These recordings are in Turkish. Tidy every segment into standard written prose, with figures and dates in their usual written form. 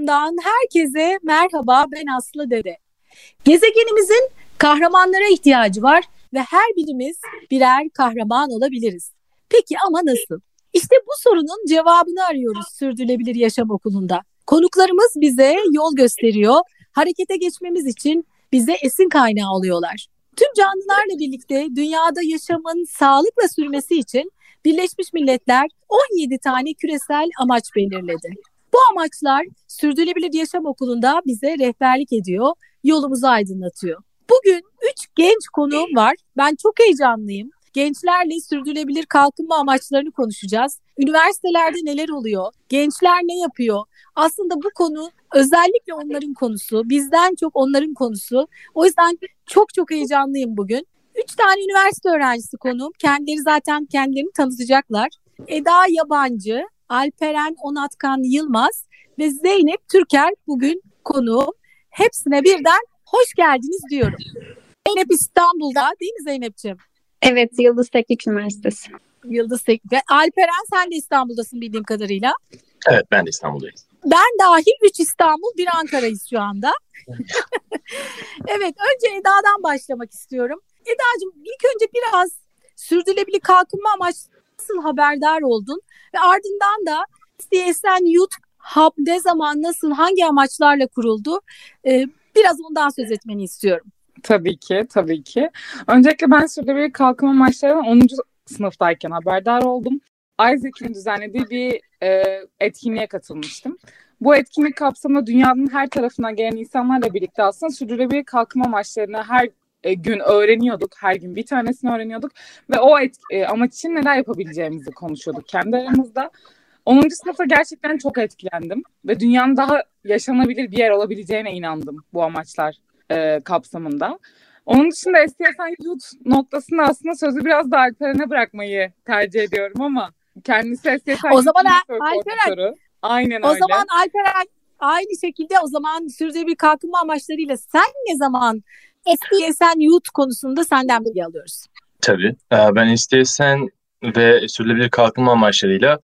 Okulu'ndan herkese merhaba, ben Aslı Dede. Gezegenimizin kahramanlara ihtiyacı var ve her birimiz birer kahraman olabiliriz. Peki ama nasıl? İşte bu sorunun cevabını arıyoruz Sürdürülebilir Yaşam Okulu'nda. Konuklarımız bize yol gösteriyor, harekete geçmemiz için bize esin kaynağı oluyorlar. Tüm canlılarla birlikte dünyada yaşamın sağlıkla sürmesi için Birleşmiş Milletler 17 tane küresel amaç belirledi. Bu amaçlar Sürdürülebilir Yaşam Okulu'nda bize rehberlik ediyor, yolumuzu aydınlatıyor. Bugün 3 genç konuğum var. Ben çok heyecanlıyım. Gençlerle sürdürülebilir kalkınma amaçlarını konuşacağız. Üniversitelerde neler oluyor? Gençler ne yapıyor? Aslında bu konu özellikle onların konusu. Bizden çok onların konusu. O yüzden çok heyecanlıyım bugün. 3 tane üniversite öğrencisi konuğum. Kendileri zaten kendilerini tanıtacaklar. Eda Yabancı, Alperen Onatkan Yılmaz ve Zeynep Türker bugün konuğum. Hepsine birden hoş geldiniz diyorum. Zeynep İstanbul'da değil mi Zeynep'ciğim? Evet, Yıldız Teknik Üniversitesi. Yıldız Teknik. Ve Alperen sen de İstanbul'dasın bildiğim kadarıyla. Evet, ben de İstanbul'dayım. Ben dahil 3 İstanbul, 1 Ankara'yız şu anda. Evet, önce Eda'dan başlamak istiyorum. Eda'cığım ilk önce biraz sürdürülebilir kalkınma amaçlı nasıl haberdar oldun? Ve ardından da SDSN Youth Hub ne zaman, nasıl, hangi amaçlarla kuruldu? Biraz ondan söz etmeni istiyorum. Tabii ki. Öncelikle ben sürdürülebilir kalkınma amaçlarından 10. sınıftayken haberdar oldum. Isaac'in düzenlediği bir etkinliğe katılmıştım. Bu etkinlik kapsamında dünyanın her tarafından gelen insanlarla birlikte aslında sürdürülebilir kalkınma amaçlarını her gün öğreniyorduk. Her gün bir tanesini öğreniyorduk. Ve o amaç için neler yapabileceğimizi konuşuyorduk kendi aramızda. 10. sınıfta gerçekten çok etkilendim. Ve dünyanın daha yaşanabilir bir yer olabileceğine inandım bu amaçlar kapsamında. Onun dışında SDSN Youth noktasında aslında sözü biraz da Alperen'e bırakmayı tercih ediyorum ama kendisi SDSN O zaman Alperen, aynen o öyle. zaman Alperen aynı şekilde o zaman sürdürülebilir kalkınma amaçlarıyla sen ne zaman SDSN Youth konusunda senden bilgi alıyoruz? Tabii. Ben SDSN ve sürdürülebilir kalkınma amaçlarıyla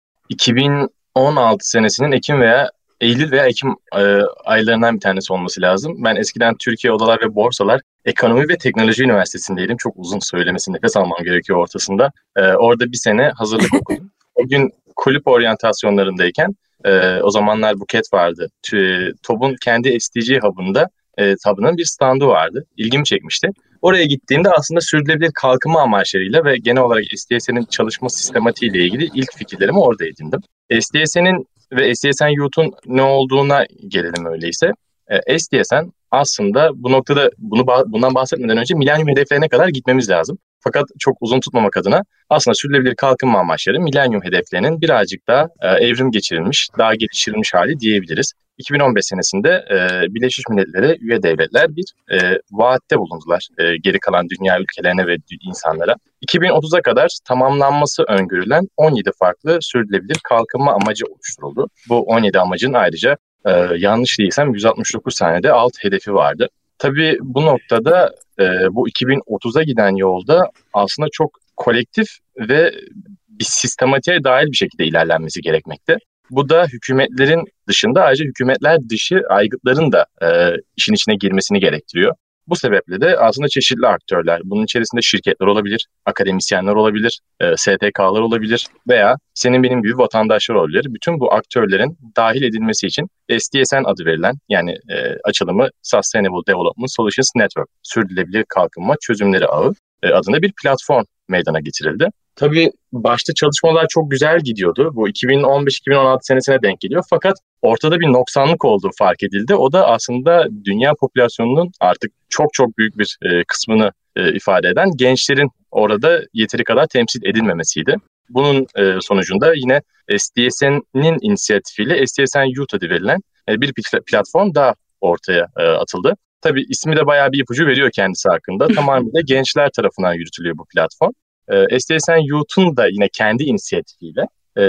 2016 senesinin Eylül veya Ekim aylarından bir tanesi olması lazım. Ben eskiden Türkiye Odalar ve Borsalar Ekonomi ve Teknoloji Üniversitesi'ndeydim. Çok uzun söylemesi, nefes almam gerekiyor ortasında. Orada bir sene hazırlık okudum. O gün kulüp oryantasyonlarındayken o zamanlar Buket vardı. TOB'un kendi SDG hub'ının bir standı vardı. İlgimi çekmişti. Oraya gittiğimde aslında sürdürülebilir kalkınma amaçlarıyla ve genel olarak SDSN'in çalışma sistematiğiyle ilgili ilk fikirlerimi orada edindim. SDSN'in ve SDSN Youth'un ne olduğuna gelelim öyleyse. SDSN aslında bu noktada bundan bahsetmeden önce milenyum hedeflerine kadar gitmemiz lazım. Fakat çok uzun tutmamak adına aslında sürdürülebilir kalkınma amaçları milenyum hedeflerinin birazcık daha evrim geçirilmiş, daha geliştirilmiş hali diyebiliriz. 2015 senesinde Birleşmiş Milletler'e üye devletler bir vaatte bulundular geri kalan dünya ülkelerine ve insanlara. 2030'a kadar tamamlanması öngörülen 17 farklı sürdürülebilir kalkınma amacı oluşturuldu. Bu 17 amacın ayrıca yanlış değilsem 169 tane de alt hedefi vardı. Tabii bu noktada bu 2030'a giden yolda aslında çok kolektif ve bir sistematiğe dahil bir şekilde ilerlenmesi gerekmekte. Bu da hükümetlerin dışında ayrıca hükümetler dışı aygıtların da işin içine girmesini gerektiriyor. Bu sebeple de aslında çeşitli aktörler, bunun içerisinde şirketler olabilir, akademisyenler olabilir, STK'lar olabilir veya senin benim gibi vatandaşlar olabilir. Bütün bu aktörlerin dahil edilmesi için SDSN adı verilen yani açılımı Sustainable Development Solutions Network, Sürdürülebilir Kalkınma Çözümleri Ağı adında bir platform meydana getirildi. Tabii başta çalışmalar çok güzel gidiyordu. Bu 2015-2016 senesine denk geliyor. Fakat ortada bir noksanlık olduğu fark edildi. O da aslında dünya popülasyonunun artık çok büyük bir kısmını ifade eden gençlerin orada yeteri kadar temsil edilmemesiydi. Bunun sonucunda yine SDSN'in inisiyatifiyle SDSN Youth adı verilen bir platform daha ortaya atıldı. Tabii ismi de bayağı bir ipucu veriyor kendisi hakkında. Tamamıyla gençler tarafından yürütülüyor bu platform. SDSN Youth'un da yine kendi inisiyatifiyle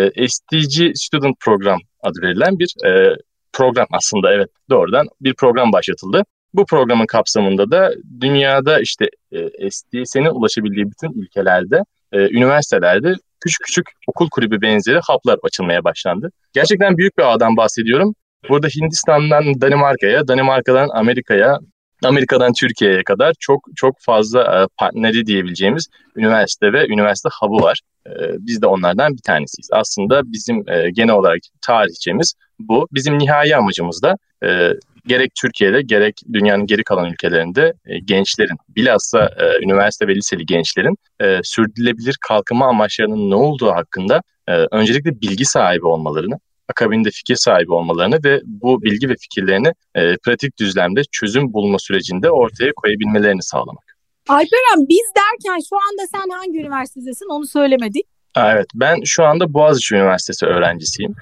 SDG Student Program adı verilen bir program aslında doğrudan bir program başlatıldı. Bu programın kapsamında da dünyada işte SDSN'in ulaşabildiği bütün ülkelerde, üniversitelerde küçük okul kulübü benzeri hub'lar açılmaya başlandı. Gerçekten büyük bir ağdan bahsediyorum. Burada Hindistan'dan Danimarka'ya, Danimarka'dan Amerika'ya, Amerika'dan Türkiye'ye kadar çok çok fazla partneri diyebileceğimiz üniversite ve üniversite hub'ı var. Biz de onlardan bir tanesiyiz. Aslında bizim genel olarak tarihçemiz bu. Bizim nihai amacımız da gerek Türkiye'de gerek dünyanın geri kalan ülkelerinde gençlerin, bilhassa üniversite ve liseli gençlerin sürdürülebilir kalkınma amaçlarının ne olduğu hakkında öncelikle bilgi sahibi olmalarını, akabinde fikir sahibi olmalarını ve bu bilgi ve fikirlerini pratik düzlemde çözüm bulma sürecinde ortaya koyabilmelerini sağlamak. Alperen, biz derken şu anda sen hangi üniversitedesin onu söylemedik. Evet, ben şu anda Boğaziçi Üniversitesi öğrencisiyim.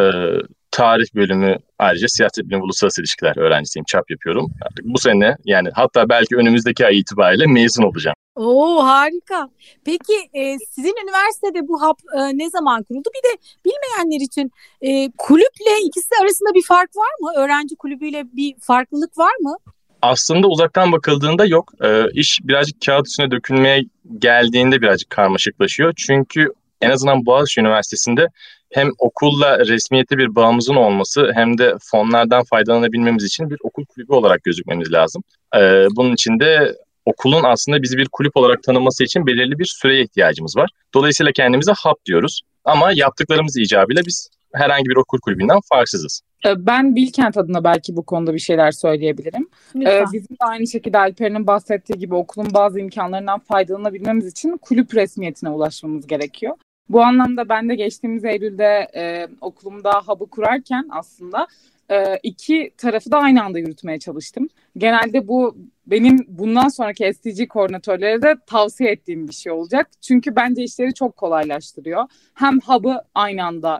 Tarih bölümü, ayrıca siyaset bilimi ve uluslararası ilişkiler öğrencisiyim. Çap yapıyorum. Artık bu sene, yani hatta belki önümüzdeki ay itibariyle mezun olacağım. Oo, harika. Peki sizin üniversitede bu hub ne zaman kuruldu? Bir de bilmeyenler için kulüple ikisi arasında bir fark var mı? Öğrenci kulübüyle bir farklılık var mı? Aslında uzaktan bakıldığında yok. İş birazcık kağıt üstüne dökülmeye geldiğinde birazcık karmaşıklaşıyor. Çünkü en azından Boğaziçi Üniversitesi'nde hem okulla resmiyeti bir bağımızın olması hem de fonlardan faydalanabilmemiz için bir okul kulübü olarak gözükmemiz lazım. Bunun için de okulun aslında bizi bir kulüp olarak tanıması için belirli bir süreye ihtiyacımız var. Dolayısıyla kendimize hub diyoruz. Ama yaptıklarımız icabıyla biz herhangi bir okul kulübünden farksızız. Ben Bilkent adına belki bu konuda bir şeyler söyleyebilirim. Bizim de aynı şekilde Alper'in bahsettiği gibi okulun bazı imkanlarından faydalanabilmemiz için kulüp resmiyetine ulaşmamız gerekiyor. Bu anlamda ben de geçtiğimiz Eylül'de okulumda hub'ı kurarken aslında iki tarafı da aynı anda yürütmeye çalıştım. Genelde bu benim bundan sonraki SDG koordinatörlere de tavsiye ettiğim bir şey olacak. Çünkü bence işleri çok kolaylaştırıyor. Hem hub'ı aynı anda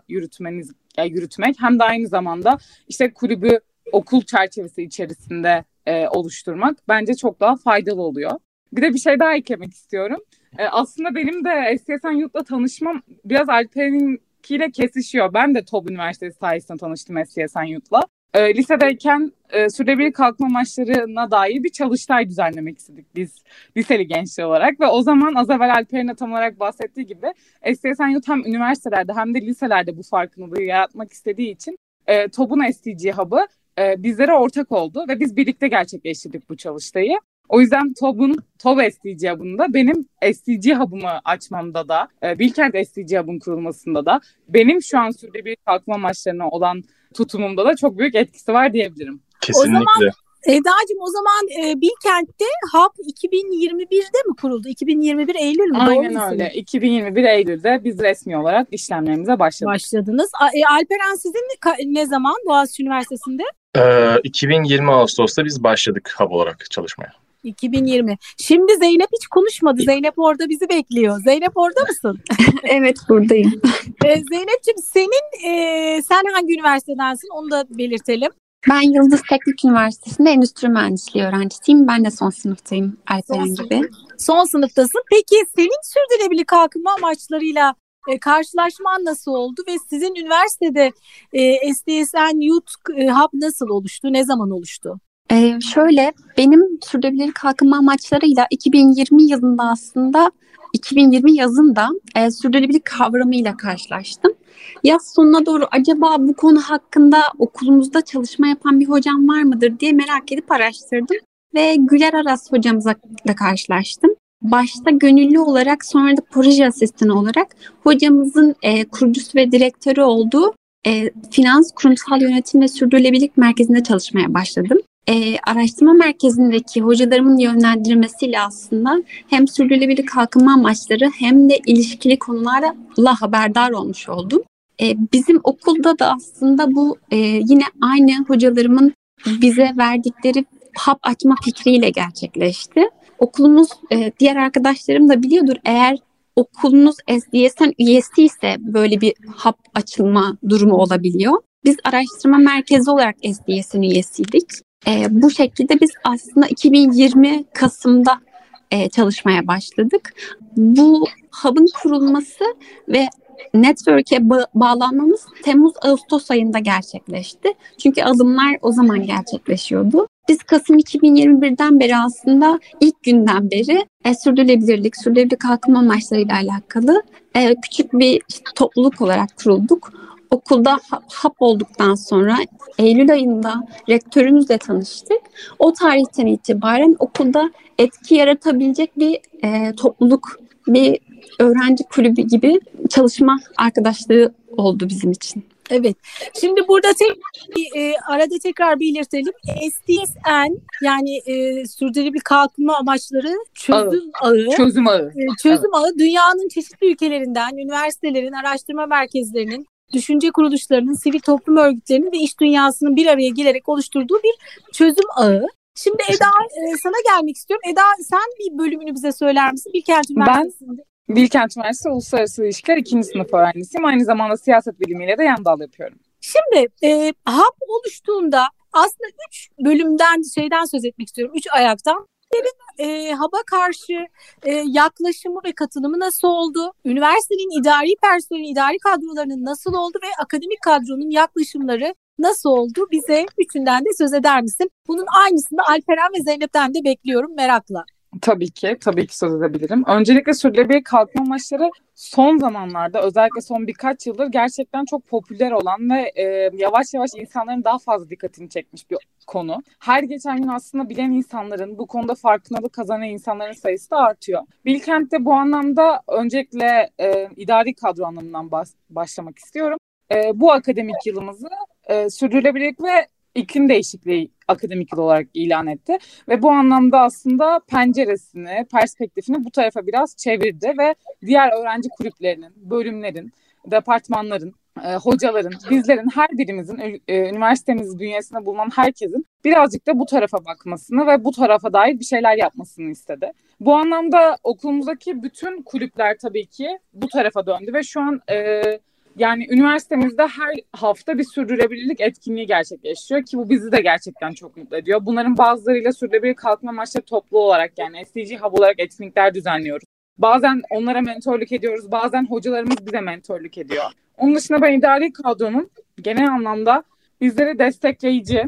yürütmek hem de aynı zamanda işte kulübü okul çerçevesi içerisinde oluşturmak bence çok daha faydalı oluyor. Bir de bir şey daha eklemek istiyorum. Aslında benim de STSN Youth'la tanışmam biraz Alper'inkiyle kesişiyor. Ben de TOB Üniversitesi sayesinde tanıştım STSN Youth'la. Lisedeyken sürdürülebilir kalkınma amaçlarına dair bir çalıştay düzenlemek istedik biz liseli gençler olarak. Ve o zaman az evvel Alper'in de tam olarak bahsettiği gibi STSN Youth hem üniversitelerde hem de liselerde bu farkındalığı yaratmak istediği için TOB'un SDG Hub'ı bizlere ortak oldu ve biz birlikte gerçekleştirdik bu çalıştayı. O yüzden TOB SDG Hub'ında benim SDG Hub'ımı açmamda da, Bilkent SDG Hub'ın kurulmasında da benim şu an sürdürülebilir kalkınma amaçlarına olan tutumumda da çok büyük etkisi var diyebilirim. Kesinlikle. O zaman Eda'cığım, o zaman Bilkent'te hub 2021'de mi kuruldu? 2021 Eylül mü? Aynen öyle. 2021 Eylül'de biz resmi olarak işlemlerimize başladınız. Alperen, sizin ne zaman Boğaziçi Üniversitesi'nde? 2020 Ağustos'ta biz başladık hub olarak çalışmaya. 2020. Şimdi Zeynep hiç konuşmadı. Zeynep orada bizi bekliyor. Zeynep, orada mısın? Evet, buradayım. Zeynep'ciğim, sen hangi üniversitedensin? Onu da belirtelim. Ben Yıldız Teknik Üniversitesi'nde endüstri mühendisliği öğrencisiyim. Ben de son sınıftayım Alperen gibi. Son sınıftasın. Peki senin sürdürülebilir kalkınma amaçlarıyla karşılaşman nasıl oldu ve sizin üniversitede STSN Youth Hub nasıl oluştu? Ne zaman oluştu? Şöyle, benim sürdürülebilir kalkınma amaçlarıyla 2020 yılında aslında 2020 yazında sürdürülebilir kavramıyla karşılaştım. Yaz sonuna doğru acaba bu konu hakkında okulumuzda çalışma yapan bir hocam var mıdır diye merak edip araştırdım. Ve Güler Aras hocamızla karşılaştım. Başta gönüllü olarak, sonra da proje asistanı olarak hocamızın kurucusu ve direktörü olduğu Finans, Kurumsal Yönetim ve Sürdürülebilirlik Merkezi'nde çalışmaya başladım. Araştırma merkezindeki hocalarımın yönlendirmesiyle aslında hem sürdürülebilir kalkınma amaçları hem de ilişkili konularla haberdar olmuş oldum. Bizim okulda da aslında bu yine aynı hocalarımın bize verdikleri hub açma fikriyle gerçekleşti. Okulumuz, diğer arkadaşlarım da biliyordur, eğer okulunuz SDSN üyesi ise böyle bir hub açılma durumu olabiliyor. Biz araştırma merkezi olarak SDSN üyesiydik. Bu şekilde biz aslında 2020 Kasım'da çalışmaya başladık. Bu hub'ın kurulması ve network'e bağlanmamız Temmuz-Ağustos ayında gerçekleşti. Çünkü alımlar o zaman gerçekleşiyordu. Biz Kasım 2021'den beri aslında ilk günden beri sürdürülebilir kalkınma amaçlarıyla alakalı küçük bir topluluk olarak kurulduk. okulda hap olduktan sonra Eylül ayında rektörümüzle tanıştık. O tarihten itibaren okulda etki yaratabilecek bir topluluk, bir öğrenci kulübü gibi çalışma arkadaşlığı oldu bizim için. Evet. Şimdi burada arada tekrar belirtelim. SDSN yani sürdürülebilir kalkınma amaçları çözüm ağı. Çözüm ağı dünyanın çeşitli ülkelerinden, üniversitelerin, araştırma merkezlerinin, düşünce kuruluşlarının, sivil toplum örgütlerinin ve iş dünyasının bir araya gelerek oluşturduğu bir çözüm ağı. Şimdi Eda sana gelmek istiyorum. Eda sen bir bölümünü bize söyler misin? Bilkent Üniversitesi'nde. Bilkent Üniversitesi Uluslararası İlişkiler 2. sınıf öğrencisiyim. Aynı zamanda siyaset bilimiyle de yan dal yapıyorum. Şimdi HAP oluştuğunda aslında 3 bölümden söz etmek istiyorum. 3 ayaktan. HAP'a karşı yaklaşımı ve katılımı nasıl oldu? Üniversitenin idari personeli, idari kadrolarının nasıl oldu ve akademik kadronun yaklaşımları nasıl oldu? Bize üçünden de söz eder misin? Bunun aynısını Alperen ve Zeynep'ten de bekliyorum merakla. Tabii ki söz edebilirim. Öncelikle sürdürülebilir kalkınma amaçları son zamanlarda, özellikle son birkaç yıldır gerçekten çok popüler olan ve yavaş yavaş insanların daha fazla dikkatini çekmiş bir konu. Her geçen gün aslında bilen insanların, bu konuda farkındalık kazanan insanların sayısı da artıyor. Bilkent'te bu anlamda öncelikle idari kadro anlamından başlamak istiyorum. Bu akademik yılımızı sürdürülebilirlik ve iklim değişikliği akademik yıl olarak ilan etti. Ve bu anlamda aslında penceresini, perspektifini bu tarafa biraz çevirdi ve diğer öğrenci kulüplerinin, bölümlerin, departmanların, hocaların, bizlerin, her birimizin, üniversitemiz bünyesinde bulunan herkesin birazcık da bu tarafa bakmasını ve bu tarafa dair bir şeyler yapmasını istedi. Bu anlamda okulumuzdaki bütün kulüpler tabii ki bu tarafa döndü ve şu an yani üniversitemizde her hafta bir sürdürülebilirlik etkinliği gerçekleşiyor ki bu bizi de gerçekten çok mutlu ediyor. Bunların bazılarıyla sürdürülebilir kalkınma amaçları toplu olarak yani SDG Hub olarak etkinlikler düzenliyoruz. Bazen onlara mentorluk ediyoruz, bazen hocalarımız bize mentorluk ediyor. Onun dışında ben idari kadronun genel anlamda bizleri destekleyici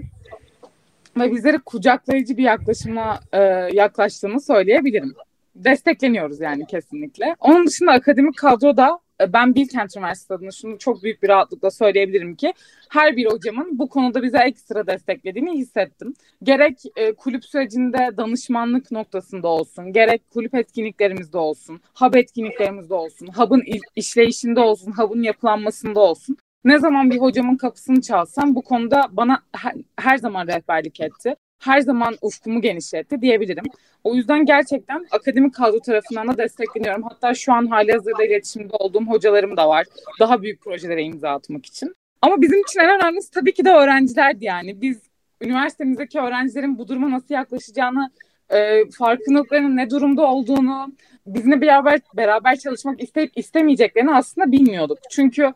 ve bizleri kucaklayıcı bir yaklaşıma yaklaştığını söyleyebilirim. Destekleniyoruz yani kesinlikle. Onun dışında akademik kadroda ben Bilkent Üniversitesi adına şunu çok büyük bir rahatlıkla söyleyebilirim ki her bir hocamın bu konuda bize ekstra desteklediğini hissettim. Gerek kulüp sürecinde danışmanlık noktasında olsun, gerek kulüp etkinliklerimizde olsun, hub etkinliklerimizde olsun, hub'ın işleyişinde olsun, hub'ın yapılanmasında olsun. Ne zaman bir hocamın kapısını çalsam bu konuda bana her zaman rehberlik etti. Her zaman ufkumu genişletti diyebilirim. O yüzden gerçekten akademik kadro tarafından da destekleniyorum. Hatta şu an halihazırda iletişimde olduğum hocalarım da var. Daha büyük projelere imza atmak için. Ama bizim için en önemlisi tabii ki de öğrencilerdi yani. Biz üniversitemizdeki öğrencilerin bu duruma nasıl yaklaşacağını, farkındalıklarının ne durumda olduğunu, bizimle beraber çalışmak isteyip istemeyeceklerini aslında bilmiyorduk. Çünkü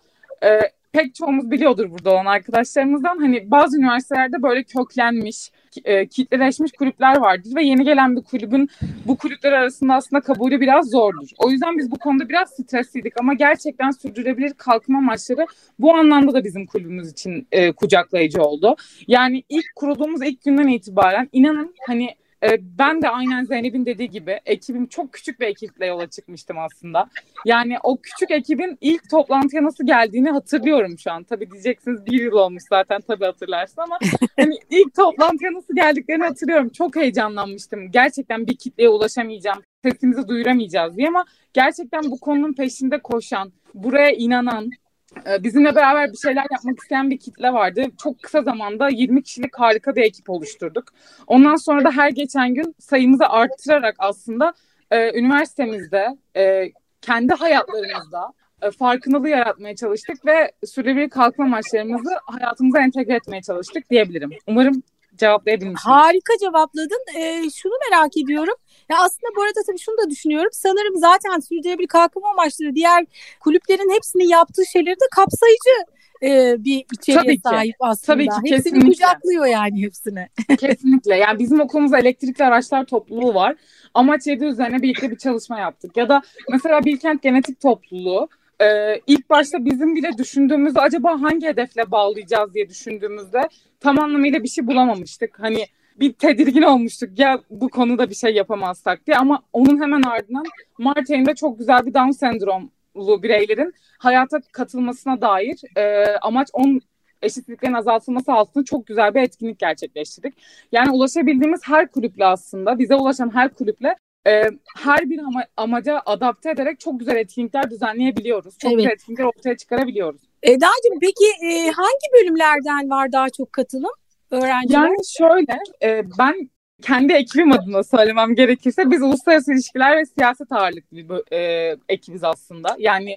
pek çoğumuz biliyordur burada olan arkadaşlarımızdan hani bazı üniversitelerde böyle köklenmiş, kitleleşmiş kulüpler vardır ve yeni gelen bir kulübün bu kulüpler arasında aslında kabulü biraz zordur. O yüzden biz bu konuda biraz stresliydik ama gerçekten sürdürülebilir kalkınma amaçları bu anlamda da bizim kulübümüz için kucaklayıcı oldu. Yani ilk kurulduğumuz ilk günden itibaren inanın hani ben de aynen Zeynep'in dediği gibi ekibim çok küçük bir ekiple yola çıkmıştım aslında. Yani o küçük ekibin ilk toplantıya nasıl geldiğini hatırlıyorum şu an. Tabii diyeceksiniz 1 yıl olmuş zaten tabii hatırlarsın ama hani ilk toplantıya nasıl geldiklerini hatırlıyorum. Çok heyecanlanmıştım. Gerçekten bir kitleye ulaşamayacağım, sesimizi duyuramayacağız diye ama gerçekten bu konunun peşinde koşan, buraya inanan, bizimle beraber bir şeyler yapmak isteyen bir kitle vardı. Çok kısa zamanda 20 kişilik harika bir ekip oluşturduk. Ondan sonra da her geçen gün sayımızı arttırarak aslında üniversitemizde, kendi hayatlarımızda farkındalığı yaratmaya çalıştık ve sürdürülebilir kalkınma amaçlarımızı hayatımıza entegre etmeye çalıştık diyebilirim. Umarım cevaplayabilmişim. Harika cevapladın. Şunu merak ediyorum. Ya aslında bu arada tabii şunu da düşünüyorum. Sanırım zaten sürdürülebilir kalkınma amaçları diğer kulüplerin hepsinin yaptığı şeyleri de kapsayıcı bir içeriğe sahip aslında. Tabii ki, hepsini kesinlikle. kucaklıyor yani hepsini. Kesinlikle. Yani bizim okulumuzda elektrikli araçlar topluluğu var. Amaç 7 üzerine birlikte bir çalışma yaptık. Ya da mesela Bilkent Genetik Topluluğu ilk başta bizim bile düşündüğümüzde acaba hangi hedefle bağlayacağız diye düşündüğümüzde tam anlamıyla bir şey bulamamıştık. Hani bir tedirgin olmuştuk ya bu konuda bir şey yapamazsak diye ama onun hemen ardından Mart ayında çok güzel bir Down sendrom bireylerin hayata katılmasına dair amaç 10 eşitsizliklerin azaltılması altında çok güzel bir etkinlik gerçekleştirdik. Yani ulaşabildiğimiz her kulüple, aslında bize ulaşan her kulüple her bir amaca adapte ederek çok güzel etkinlikler düzenleyebiliyoruz. Çok güzel etkinlikler ortaya çıkarabiliyoruz. Eda'cığım, peki hangi bölümlerden var daha çok katılım öğrenciler? Yani şöyle, ben kendi ekibim adına söylemem gerekirse biz uluslararası ilişkiler ve siyaset ağırlıklı bir ekibiz aslında. Yani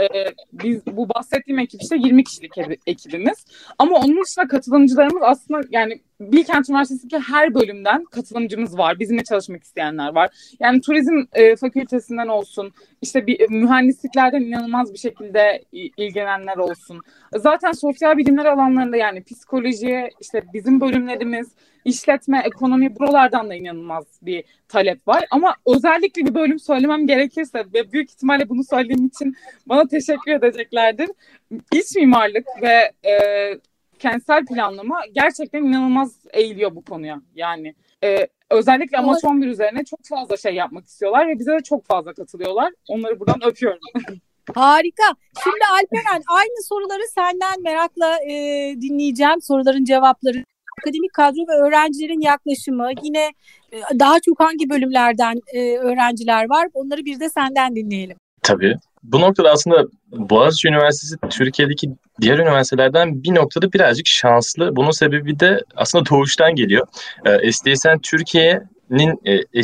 biz bu bahsettiğim ekip işte 20 kişilik ekibimiz. Ama onun dışında katılımcılarımız aslında yani Bilkent Üniversitesi'ndeki her bölümden katılımcımız var. Bizimle çalışmak isteyenler var. Yani turizm fakültesinden olsun, işte bir mühendisliklerden inanılmaz bir şekilde ilgilenenler olsun. Zaten sosyal bilimler alanlarında, yani psikoloji, işte bizim bölümlerimiz, işletme, ekonomi, buralardan da inanılmaz bir talep var. Ama özellikle bir bölüm söylemem gerekirse ve büyük ihtimalle bunu söylediğim için bana teşekkür edeceklerdir. İç mimarlık ve kentsel planlama gerçekten inanılmaz eğiliyor bu konuya. Yani özellikle amaç 11 üzerine çok fazla şey yapmak istiyorlar ve bize de çok fazla katılıyorlar. Onları buradan öpüyorum. Harika. Şimdi Alperen, aynı soruları senden merakla dinleyeceğim. Soruların cevapları. Akademik kadro ve öğrencilerin yaklaşımı, yine daha çok hangi bölümlerden öğrenciler var? Onları bir de senden dinleyelim. Tabii. Bu noktada aslında Boğaziçi Üniversitesi Türkiye'deki diğer üniversitelerden bir noktada birazcık şanslı. Bunun sebebi de aslında doğuştan geliyor. STSN Türkiye'nin,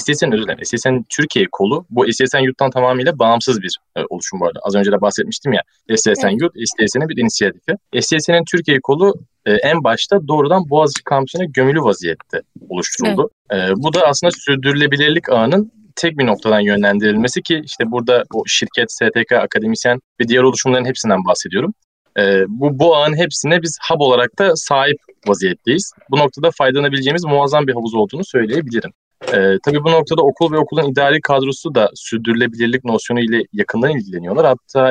STSN Türkiye kolu, bu STSN Yurt'tan tamamıyla bağımsız bir oluşum bu arada. Az önce de bahsetmiştim ya, STSN Yurt, STSN'in bir inisiyatifi. STSN'in Türkiye kolu en başta doğrudan Boğaziçi kampüsüne gömülü vaziyette oluşturuldu. Bu da aslında sürdürülebilirlik ağının tek bir noktadan yönlendirilmesi, ki işte burada o şirket, STK, akademisyen ve diğer oluşumların hepsinden bahsediyorum. Bu ağın hepsine biz hub olarak da sahip vaziyetteyiz. Bu noktada faydalanabileceğimiz muazzam bir havuz olduğunu söyleyebilirim. Tabii bu noktada okul ve okulun idari kadrosu da sürdürülebilirlik nosyonu ile yakından ilgileniyorlar. Hatta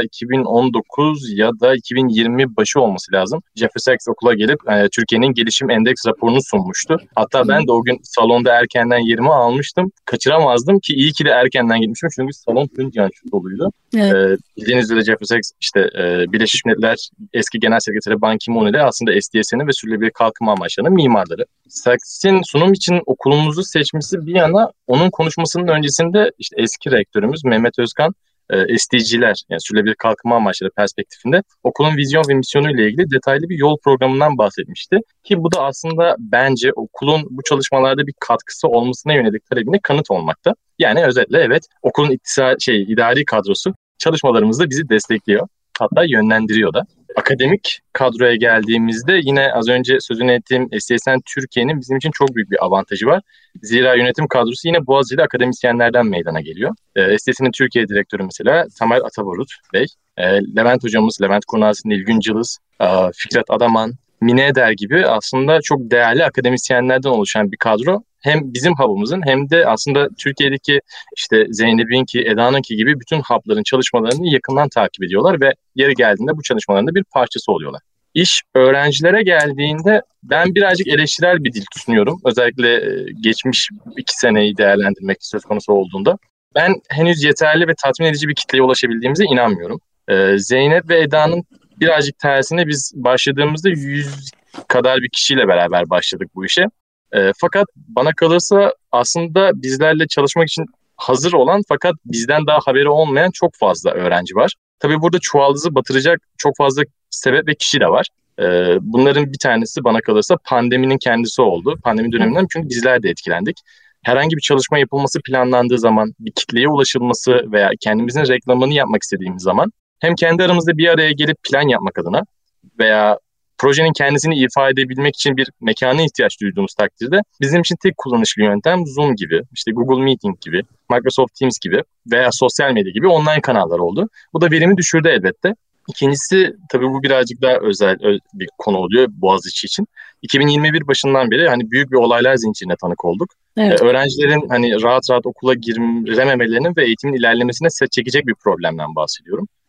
2019 ya da 2020 başı olması lazım. Jeffrey Sachs okula gelip Türkiye'nin gelişim endeks raporunu sunmuştu. Hatta ben de o gün salonda erkenden yerimi almıştım. Kaçıramazdım ki, iyi ki de erkenden gitmişim çünkü salon hınca doluydu. Evet. Bildiğiniz üzere Jeffrey Sachs işte Birleşmiş Milletler eski Genel Sekreteri Ban Ki-moon ile aslında SDS'nin ve sürdürülebilir kalkınma amaçlarının mimarları. Sachs'in sunum için okulumuzu seçmesi bir yana, onun konuşmasının öncesinde işte eski rektörümüz Mehmet Özkan SDG'ler, yani sürdürülebilir kalkınma amaçları perspektifinde okulun vizyon ve misyonu ile ilgili detaylı bir yol programından bahsetmişti. Ki bu da aslında bence okulun bu çalışmalarda bir katkısı olmasına yönelik talebine kanıt olmakta. Yani özetle evet, okulun idari kadrosu çalışmalarımızda bizi destekliyor. Hatta yönlendiriyor da. Akademik kadroya geldiğimizde yine az önce sözünü ettiğim STSN Türkiye'nin bizim için çok büyük bir avantajı var. Zira yönetim kadrosu yine Boğaziçi'li akademisyenlerden meydana geliyor. STSN'in Türkiye direktörü mesela Tamer Atabarut Bey, Levent hocamız, Levent Kurnaz, Nilgün Cılız, Fikret Adaman, Mine Eder gibi aslında çok değerli akademisyenlerden oluşan bir kadro. Hem bizim hub'ımızın hem de aslında Türkiye'deki işte Zeynep'inki, Eda'nınki gibi bütün hub'ların çalışmalarını yakından takip ediyorlar ve yeri geldiğinde bu çalışmaların da bir parçası oluyorlar. İş öğrencilere geldiğinde ben birazcık eleştirel bir dil sunuyorum. Özellikle geçmiş 2 seneyi değerlendirmek söz konusu olduğunda. Ben henüz yeterli ve tatmin edici bir kitleye ulaşabildiğimize inanmıyorum. Zeynep ve Eda'nın birazcık tersine biz başladığımızda 100 kadar bir kişiyle beraber başladık bu işe. Fakat bana kalırsa aslında bizlerle çalışmak için hazır olan fakat bizden daha haberi olmayan çok fazla öğrenci var. Tabii burada çuvaldızı batıracak çok fazla sebep ve kişi de var. Bunların bir tanesi bana kalırsa pandeminin kendisi oldu. Pandemi döneminden, çünkü bizler de etkilendik. Herhangi bir çalışma yapılması planlandığı zaman, bir kitleye ulaşılması veya kendimizin reklamını yapmak istediğimiz zaman hem kendi aramızda bir araya gelip plan yapmak adına veya projenin kendisini ifade edebilmek için bir mekana ihtiyaç duyduğumuz takdirde bizim için tek kullanışlı yöntem Zoom gibi, işte Google Meeting gibi, Microsoft Teams gibi veya sosyal medya gibi online kanallar oldu. Bu da verimi düşürdü elbette. İkincisi, tabii bu birazcık daha özel bir konu oluyor Boğaziçi için. 2021 başından beri hani büyük bir olaylar zincirine tanık olduk. Evet. Öğrencilerin hani rahat okula girememelerinin ve eğitimin ilerlemesine set çekecek bir problemden bahsediyorum.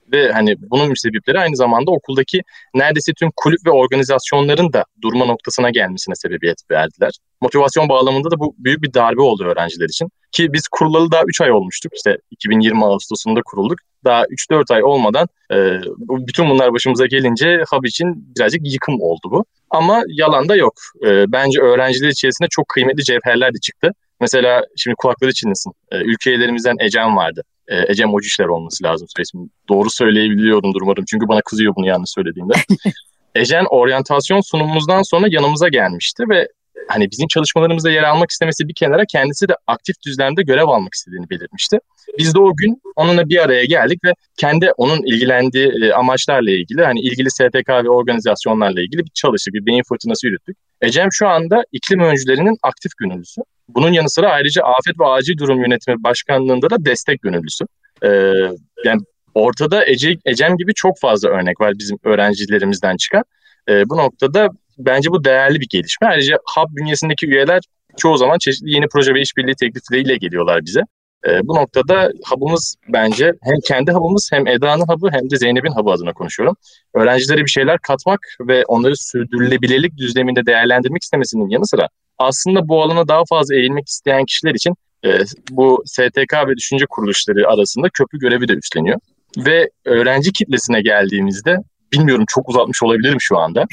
Ve hani bunun müsebbipleri aynı zamanda okuldaki neredeyse tüm kulüp ve organizasyonların da durma noktasına gelmesine sebebiyet verdiler. Motivasyon bağlamında da bu büyük bir darbe oldu öğrenciler için. Ki biz kurulalı daha 3 ay olmuştuk. İşte 2020 Ağustos'unda kurulduk. Daha 3-4 ay olmadan bütün bunlar başımıza gelince hub için birazcık yıkım oldu bu. Ama yalan da yok. Bence öğrenciler içerisinde çok kıymetli cevherler de çıktı. Mesela şimdi kulakları çınlasın. Ülke üyelerimizden Ecem vardı. Ecem Ocişler olması lazım. İsmini doğru söyleyebiliyorumdur umarım. Çünkü bana kızıyor bunu yanlış söylediğimde. Ecem oryantasyon sunumumuzdan sonra yanımıza gelmişti ve hani bizim çalışmalarımızda yer almak istemesi bir kenara, kendisi de aktif düzlemde görev almak istediğini belirtmişti. Biz de o gün onunla bir araya geldik ve kendi onun ilgilendiği amaçlarla ilgili, hani ilgili STK ve organizasyonlarla ilgili bir çalıştık, bir beyin fırtınası yürüttük. Ecem şu anda iklim öncülerinin aktif gönüllüsü. Bunun yanı sıra ayrıca Afet ve Acil Durum Yönetimi Başkanlığı'nda da destek gönüllüsü. Yani ortada Ecem gibi çok fazla örnek var bizim öğrencilerimizden çıkan. Bu noktada bence bu değerli bir gelişme. Ayrıca hub bünyesindeki üyeler çoğu zaman çeşitli yeni proje ve işbirliği teklifleriyle geliyorlar bize. Bu noktada hub'ımız bence hem kendi hub'ımız hem Eda'nın hub'ı hem de Zeynep'in hub'ı adına konuşuyorum. Öğrencilere bir şeyler katmak ve onları sürdürülebilirlik düzleminde değerlendirmek istemesinin yanı sıra aslında bu alana daha fazla eğilmek isteyen kişiler için bu STK ve düşünce kuruluşları arasında köprü görevi de üstleniyor. Ve öğrenci kitlesine geldiğimizde, bilmiyorum çok uzatmış olabilirim şu anda.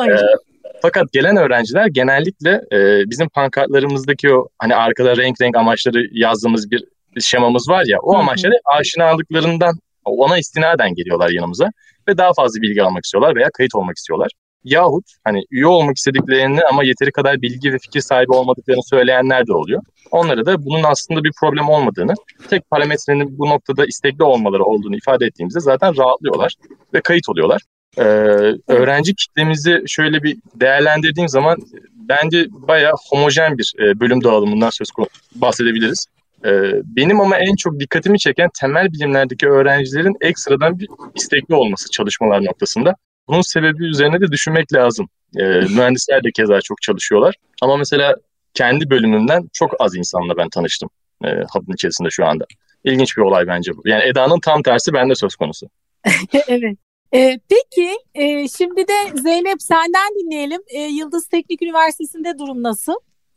Fakat gelen öğrenciler genellikle bizim pankartlarımızdaki o hani arkada renk renk amaçları yazdığımız bir şemamız var ya, o amaçları aşinalıklarından, ona istinaden geliyorlar yanımıza ve daha fazla bilgi almak istiyorlar veya kayıt olmak istiyorlar. Yahut hani üye olmak istediklerini ama yeteri kadar bilgi ve fikir sahibi olmadıklarını söyleyenler de oluyor. Onlara da bunun aslında bir problem olmadığını, tek parametrenin bu noktada istekli olmaları olduğunu ifade ettiğimizde zaten rahatlıyorlar ve kayıt oluyorlar. Öğrenci kitlemizi şöyle bir değerlendirdiğim zaman bence bayağı homojen bir bölüm dağılımından bahsedebiliriz. Benim ama en çok dikkatimi çeken temel bilimlerdeki öğrencilerin ekstradan bir istekli olması çalışmalar noktasında. Bunun sebebi üzerine de düşünmek lazım. Mühendisler de keza çok çalışıyorlar. Ama mesela kendi bölümümden çok az insanla ben tanıştım hub'ın içerisinde şu anda. İlginç bir olay bence bu. Yani Eda'nın tam tersi bende söz konusu. Evet. Peki şimdi de Zeynep senden dinleyelim. Yıldız Teknik Üniversitesi'nde durum nasıl?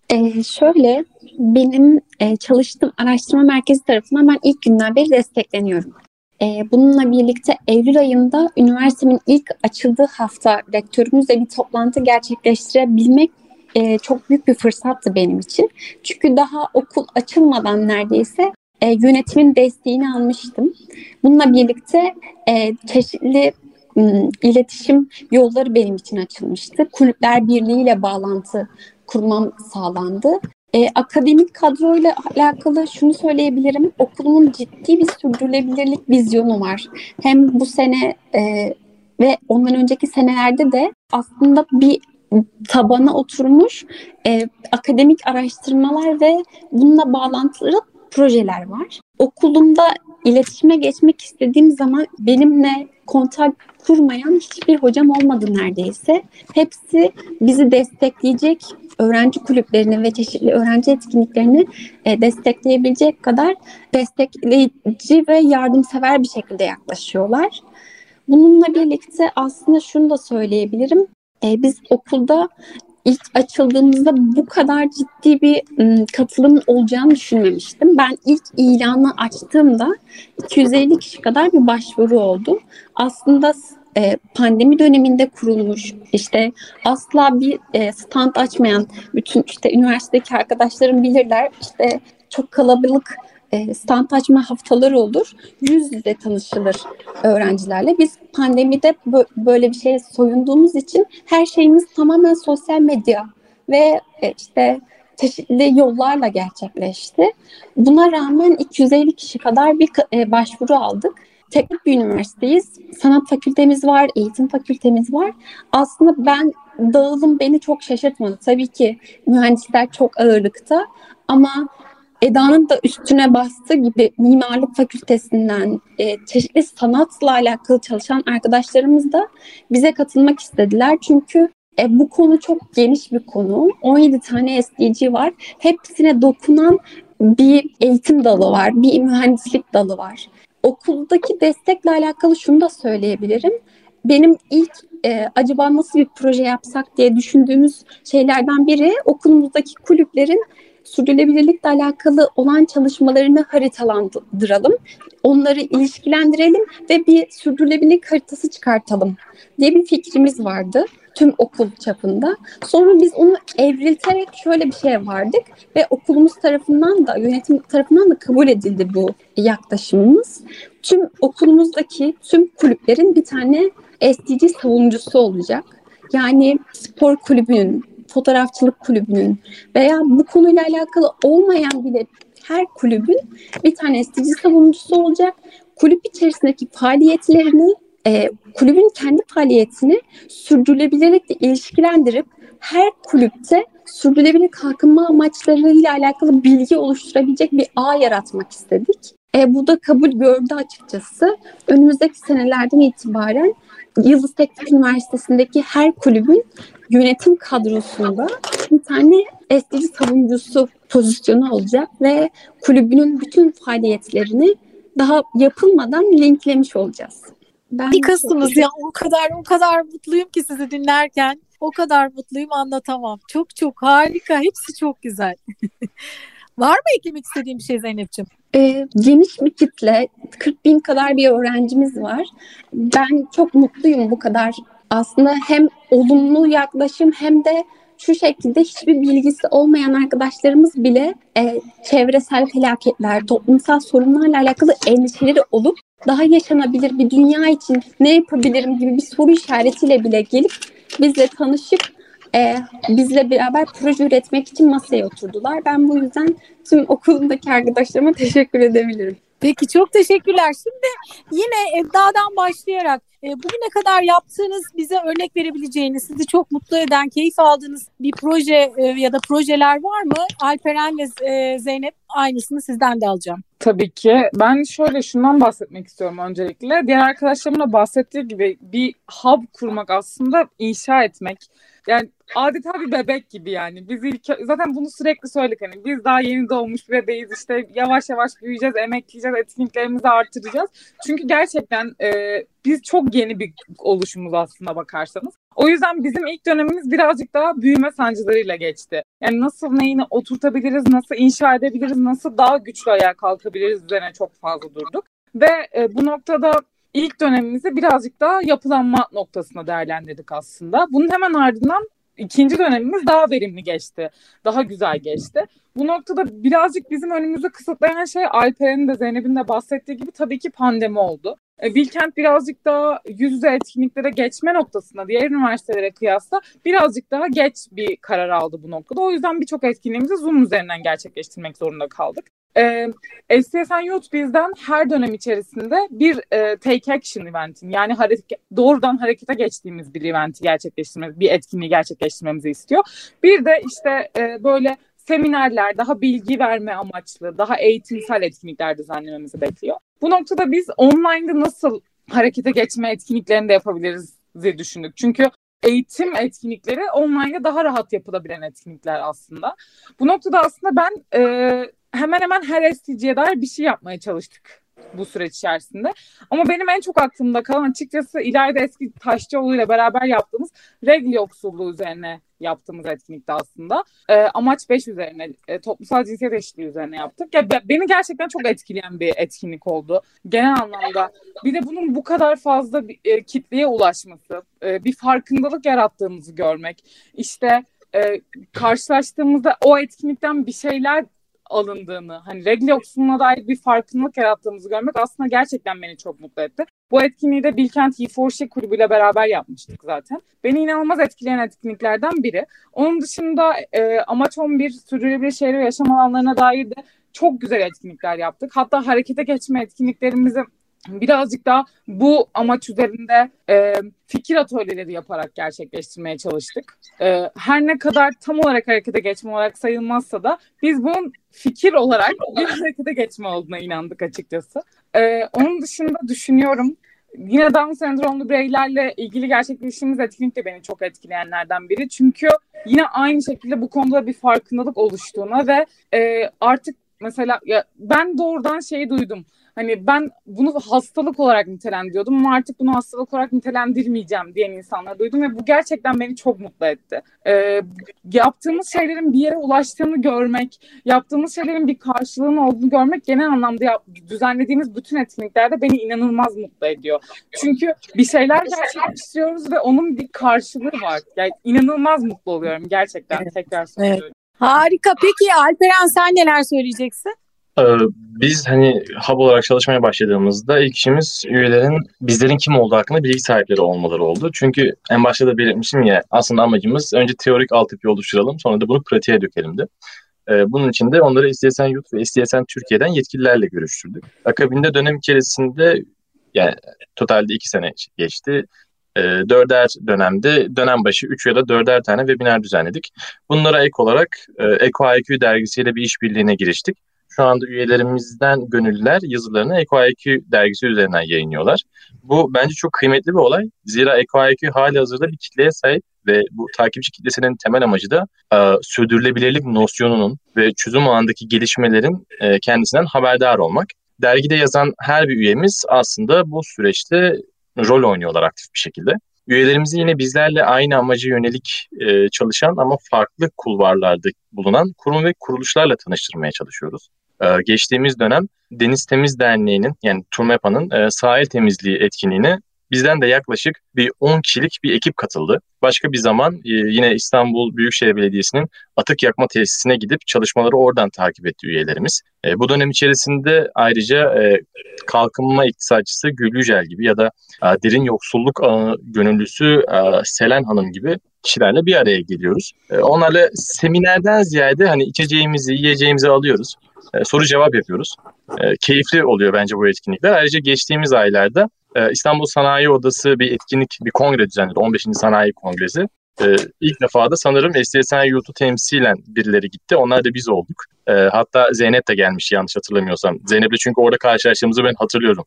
Şöyle, benim çalıştığım araştırma merkezi tarafından ben ilk günden beri destekleniyorum. Bununla birlikte Eylül ayında üniversitemin ilk açıldığı hafta rektörümüzle bir toplantı gerçekleştirebilmek çok büyük bir fırsattı benim için. Çünkü daha okul açılmadan neredeyse yönetimin desteğini almıştım. Bununla birlikte çeşitli iletişim yolları benim için açılmıştı. Kulüpler Birliği ile bağlantı kurmam sağlandı. Akademik kadroyla alakalı şunu söyleyebilirim. Okulumun ciddi bir sürdürülebilirlik vizyonu var. Hem bu sene ve ondan önceki senelerde de aslında bir tabana oturmuş akademik araştırmalar ve bununla bağlantılı projeler var. Okulumda iletişime geçmek istediğim zaman benimle kontak kurmayan hiçbir hocam olmadı neredeyse. Hepsi bizi destekleyecek, öğrenci kulüplerini ve çeşitli öğrenci etkinliklerini destekleyebilecek kadar destekleyici ve yardımsever bir şekilde yaklaşıyorlar. Bununla birlikte aslında şunu da söyleyebilirim. Biz okulda ilk açıldığımızda bu kadar ciddi bir katılım olacağını düşünmemiştim. Ben ilk ilanı açtığımda 250 kişi kadar bir başvuru oldu. Aslında pandemi döneminde kurulmuş, işte asla bir stand açmayan bütün işte üniversitedeki arkadaşlarım bilirler, işte çok kalabalık stand açma haftaları olur. Yüz yüze tanışılır öğrencilerle. Biz pandemide böyle bir şeye soyunduğumuz için her şeyimiz tamamen sosyal medya ve işte çeşitli yollarla gerçekleşti. Buna rağmen 250 kişi kadar bir başvuru aldık. Teknik bir üniversiteyiz. Sanat fakültemiz var, eğitim fakültemiz var. Aslında dağılım beni çok şaşırtmadı. Tabii ki mühendisler çok ağırlıkta ama Eda'nın da üstüne bastığı gibi mimarlık fakültesinden çeşitli sanatla alakalı çalışan arkadaşlarımız da bize katılmak istediler. Çünkü bu konu çok geniş bir konu. 17 tane SDG var. Hepsine dokunan bir eğitim dalı var, bir mühendislik dalı var. okuldaki destekle alakalı şunu da söyleyebilirim. Benim ilk acaba nasıl bir proje yapsak diye düşündüğümüz şeylerden biri okulumuzdaki kulüplerin sürdürülebilirlikle alakalı olan çalışmalarını haritalandıralım, onları ilişkilendirelim ve bir sürdürülebilirlik haritası çıkartalım diye bir fikrimiz vardı tüm okul çapında. Sonra biz onu evrilterek şöyle bir şeye vardık ve okulumuz tarafından da, yönetim tarafından da kabul edildi bu yaklaşımımız. Tüm okulumuzdaki tüm kulüplerin bir tane SDG savunucusu olacak. Yani spor kulübünün, fotoğrafçılık kulübünün veya bu konuyla alakalı olmayan bile her kulübün bir tane SDG savunucusu olacak. Kulüp içerisindeki faaliyetlerini, kulübün kendi faaliyetini sürdürülebilirlikle ilişkilendirip her kulüpte sürdürülebilir kalkınma amaçlarıyla alakalı bilgi oluşturabilecek bir ağ yaratmak istedik. Bu da kabul gördü açıkçası. Önümüzdeki senelerden itibaren Yıldız Teknik Üniversitesi'ndeki her kulübün yönetim kadrosunda bir tane SDG savunucusu pozisyonu olacak ve kulübünün bütün faaliyetlerini daha yapılmadan linklemiş olacağız. Harikasınız ya, o kadar mutluyum ki sizi dinlerken. O kadar mutluyum, anlatamam. Çok çok harika, hepsi çok güzel. Var mı eklemek istediğim bir şey Zeynep'ciğim? Geniş bir kitle, 40 bin kadar bir öğrencimiz var. Ben çok mutluyum bu kadar. Aslında hem olumlu yaklaşım hem de şu şekilde hiçbir bilgisi olmayan arkadaşlarımız bile çevresel felaketler, toplumsal sorunlarla alakalı endişeleri olup daha yaşanabilir bir dünya için ne yapabilirim gibi bir soru işaretiyle bile gelip bizle tanışıp bizle beraber proje üretmek için masaya oturdular. Ben bu yüzden tüm okulumdaki arkadaşlarıma teşekkür edebilirim. Peki, çok teşekkürler. Şimdi yine Ebda'dan başlayarak bugüne kadar yaptığınız, bize örnek verebileceğiniz, sizi çok mutlu eden, keyif aldığınız bir proje ya da projeler var mı? Alperen ve Zeynep, aynısını sizden de alacağım. Tabii ki. Ben şundan bahsetmek istiyorum öncelikle. Diğer arkadaşlarımın da bahsettiği gibi bir hub kurmak, aslında inşa etmek. Yani adeta bir bebek gibi yani. Biz zaten bunu sürekli söyledik, hani biz daha yeni doğmuş bir bebeğiz, işte yavaş yavaş büyüyeceğiz, emekleyeceğiz, etkinliklerimizi artıracağız. Çünkü gerçekten biz çok yeni bir oluşumuz aslında bakarsanız. O yüzden bizim ilk dönemimiz birazcık daha büyüme sancılarıyla geçti. Yani nasıl neyini oturtabiliriz, nasıl inşa edebiliriz, nasıl daha güçlü ayağa kalkabiliriz üzerine çok fazla durduk. Ve bu noktada İlk dönemimizi birazcık daha yapılanma noktasına değerlendirdik aslında. Bunun hemen ardından ikinci dönemimiz daha verimli geçti. Daha güzel geçti. Bu noktada birazcık bizim önümüzü kısıtlayan şey, Alperen'in de Zeynep'in de bahsettiği gibi, tabii ki pandemi oldu. Bilkent birazcık daha yüz yüze etkinliklere geçme noktasında diğer üniversitelere kıyasla birazcık daha geç bir karar aldı bu noktada. O yüzden birçok etkinliğimizi Zoom üzerinden gerçekleştirmek zorunda kaldık. STSN Youth bizden her dönem içerisinde bir take action event'in, yani doğrudan harekete geçtiğimiz bir event'i gerçekleştirmemiz, bir etkinliği gerçekleştirmemizi istiyor. Bir de işte böyle seminerler, daha bilgi verme amaçlı, daha eğitimsel etkinlikler düzenlememizi bekliyor. Bu noktada biz online'da nasıl harekete geçme etkinliklerini de yapabiliriz diye düşündük. Çünkü eğitim etkinlikleri online'da daha rahat yapılabilen etkinlikler aslında. Bu noktada aslında ben hemen hemen her SDG'ye dair bir şey yapmaya çalıştık bu süreç içerisinde. Ama benim en çok aklımda kalan açıkçası ileride eski Taşçıoğlu ile beraber yaptığımız regl yoksulluğu üzerine yaptığımız etkinlikte aslında. Amaç 5 üzerine, toplumsal cinsiyet eşitliği üzerine yaptık. Ya, beni gerçekten çok etkileyen bir etkinlik oldu genel anlamda. Bir de bunun bu kadar fazla kitleye ulaşması, bir farkındalık yarattığımızı görmek, işte karşılaştığımızda o etkinlikten bir şeyler alındığını, hani regl yoksulluğuna dair bir farkındalık yarattığımızı görmek aslında gerçekten beni çok mutlu etti. Bu etkinliği de Bilkent He4She kulübüyle beraber yapmıştık zaten. Beni inanılmaz etkileyen etkinliklerden biri. Onun dışında Amaç 11 sürdürülebilir şehir ve yaşam alanlarına dair de çok güzel etkinlikler yaptık. Hatta harekete geçme etkinliklerimizi birazcık daha bu amaç üzerinde fikir atölyeleri yaparak gerçekleştirmeye çalıştık. Her ne kadar tam olarak harekete geçme olarak sayılmazsa da biz bunun fikir olarak bir harekete geçme olduğuna inandık açıkçası. Onun dışında düşünüyorum, yine Down sendromlu bireylerle ilgili gerçekleştiğimiz etkinlik de beni çok etkileyenlerden biri. Çünkü yine aynı şekilde bu konuda bir farkındalık oluştuğuna ve artık mesela ya ben doğrudan şeyi duydum. Hani ben bunu hastalık olarak nitelendiriyordum ama artık bunu hastalık olarak nitelendirmeyeceğim diyen insanları duydum ve bu gerçekten beni çok mutlu etti. Yaptığımız şeylerin bir yere ulaştığını görmek, yaptığımız şeylerin bir karşılığının olduğunu görmek genel anlamda düzenlediğimiz bütün etkinliklerde beni inanılmaz mutlu ediyor. Çünkü bir şeyler gerçekleştiriyoruz ve onun bir karşılığı var. Yani inanılmaz mutlu oluyorum gerçekten, tekrar söylüyorum. Evet. Harika. Peki Alperen, sen neler söyleyeceksin? Biz hani hub olarak çalışmaya başladığımızda ilk işimiz üyelerin bizlerin kim olduğu hakkında bilgi sahipleri olmaları oldu. Çünkü en başta da belirtmişim ya, aslında amacımız önce teorik altyapı oluşturalım, sonra da bunu pratiğe dökelimdi. Bunun için de onları SDSN Youth ve SDSN Türkiye'den yetkililerle görüştürdük. Akabinde dönem içerisinde, yani totalde 2 sene geçti. 4'er dönemde dönem başı 3 ya da 4'er tane webinar düzenledik. Bunlara ek olarak EcoIQ dergisiyle bir işbirliğine giriştik. Şu anda üyelerimizden gönüllüler yazılarını EcoIQ dergisi üzerinden yayınlıyorlar. Bu bence çok kıymetli bir olay. Zira EcoIQ halihazırda bir kitleye sahip ve bu takipçi kitlesinin temel amacı da sürdürülebilirlik nosyonunun ve çözüm alanındaki gelişmelerin kendisinden haberdar olmak. Dergide yazan her bir üyemiz aslında bu süreçte rol oynuyorlar aktif bir şekilde. Üyelerimizi yine bizlerle aynı amaca yönelik çalışan ama farklı kulvarlarda bulunan kurum ve kuruluşlarla tanıştırmaya çalışıyoruz. Geçtiğimiz dönem Deniz Temiz Derneği'nin, yani TURMEPA'nın sahil temizliği etkinliğine bizden de yaklaşık bir 10 kişilik bir ekip katıldı. Başka bir zaman yine İstanbul Büyükşehir Belediyesi'nin atık yakma tesisine gidip çalışmaları oradan takip etti üyelerimiz. Bu dönem içerisinde ayrıca kalkınma iktisatçısı Gül Yücel gibi ya da derin yoksulluk ağı gönüllüsü Selen Hanım gibi kişilerle bir araya geliyoruz. Onlarla seminerden ziyade hani içeceğimizi, yiyeceğimizi alıyoruz. Soru cevap yapıyoruz. Keyifli oluyor bence bu etkinlikler. Ayrıca geçtiğimiz aylarda İstanbul Sanayi Odası bir etkinlik, bir kongre düzenledi. 15. Sanayi Kongresi. İlk defa da sanırım SDSN Youth'u temsilen birileri gitti. Onlar da biz olduk. Hatta Zeynep de gelmiş yanlış hatırlamıyorsam. Zeynep'le çünkü orada karşılaştığımızı ben hatırlıyorum.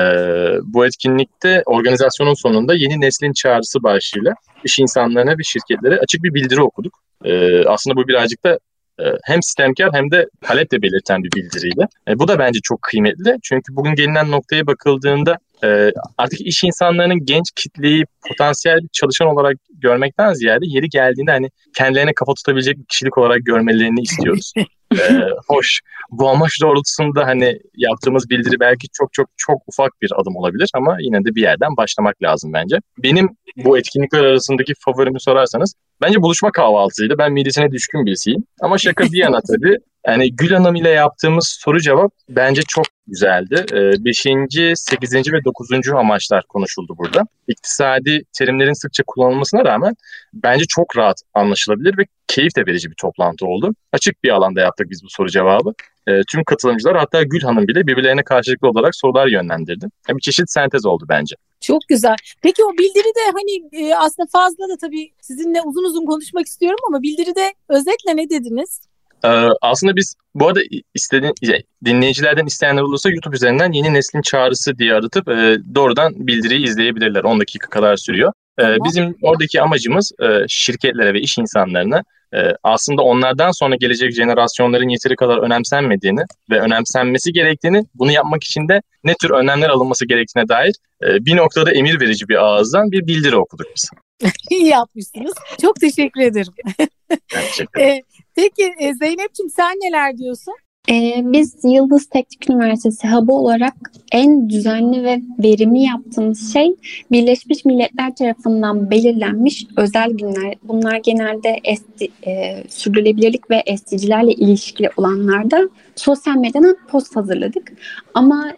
Bu etkinlikte organizasyonun sonunda yeni neslin çağrısı başlığıyla iş insanlarına ve şirketlere açık bir bildiri okuduk. Aslında bu birazcık da hem sistemkar hem de taleple belirten bir bildiriydi. Bu da bence çok kıymetli. Çünkü bugün gelinen noktaya bakıldığında artık iş insanlarının genç kitleyi potansiyel bir çalışan olarak görmekten ziyade yeri geldiğinde hani kendilerine kafa tutabilecek bir kişilik olarak görmelerini istiyoruz. Hoş. Bu amaç doğrultusunda hani yaptığımız bildiri belki çok çok çok ufak bir adım olabilir ama yine de bir yerden başlamak lazım bence. Benim bu etkinlikler arasındaki favorimi sorarsanız bence buluşma kahvaltısıydı. Ben midesine düşkün birisiyim. Ama şaka bir yana tabii. Yani Gül Hanım ile yaptığımız soru cevap bence çok güzeldi. 5., 8. ve 9. amaçlar konuşuldu burada. İktisadi terimlerin sıkça kullanılmasına rağmen bence çok rahat anlaşılabilir ve keyif de verici bir toplantı oldu. Açık bir alanda yaptık biz bu soru cevabı. Tüm katılımcılar, hatta Gül Hanım bile birbirlerine karşılıklı olarak sorular yönlendirdi. Bir çeşit sentez oldu bence. Çok güzel. Peki o bildiride hani aslında fazla da tabii sizinle uzun uzun konuşmak istiyorum ama bildiride özetle ne dediniz? Aslında biz bu arada dinleyicilerden isteyenler olursa YouTube üzerinden yeni neslin çağrısı diye aratıp doğrudan bildiriyi izleyebilirler. 10 dakika kadar sürüyor. Tamam. Bizim oradaki amacımız şirketlere ve iş insanlarına aslında onlardan sonra gelecek jenerasyonların yeteri kadar önemsenmediğini ve önemsenmesi gerektiğini, bunu yapmak için de ne tür önlemler alınması gerektiğine dair bir noktada emir verici bir ağızdan bir bildiri okuduk biz. İyi yapmışsınız. Çok teşekkür ederim. Teşekkür ederim. Peki Zeynep'ciğim sen neler diyorsun? Biz Yıldız Teknik Üniversitesi Hub'ı olarak en düzenli ve verimli yaptığımız şey Birleşmiş Milletler tarafından belirlenmiş özel günler. Bunlar genelde sürdürülebilirlik ve SDG'lerle ilişkili olanlarda sosyal medyadan post hazırladık. Ama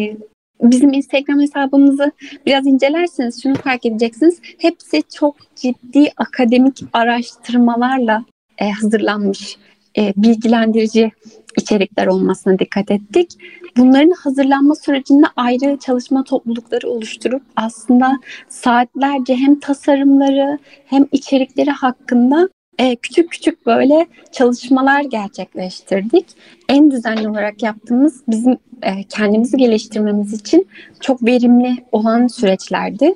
bizim Instagram hesabımızı biraz incelerseniz şunu fark edeceksiniz. Hepsi çok ciddi akademik araştırmalarla hazırlanmış bilgilendirici içerikler olmasına dikkat ettik. Bunların hazırlanma sürecinde ayrı çalışma toplulukları oluşturup aslında saatlerce hem tasarımları hem içerikleri hakkında küçük küçük böyle çalışmalar gerçekleştirdik. En düzenli olarak yaptığımız bizim kendimizi geliştirmemiz için çok verimli olan süreçlerdi.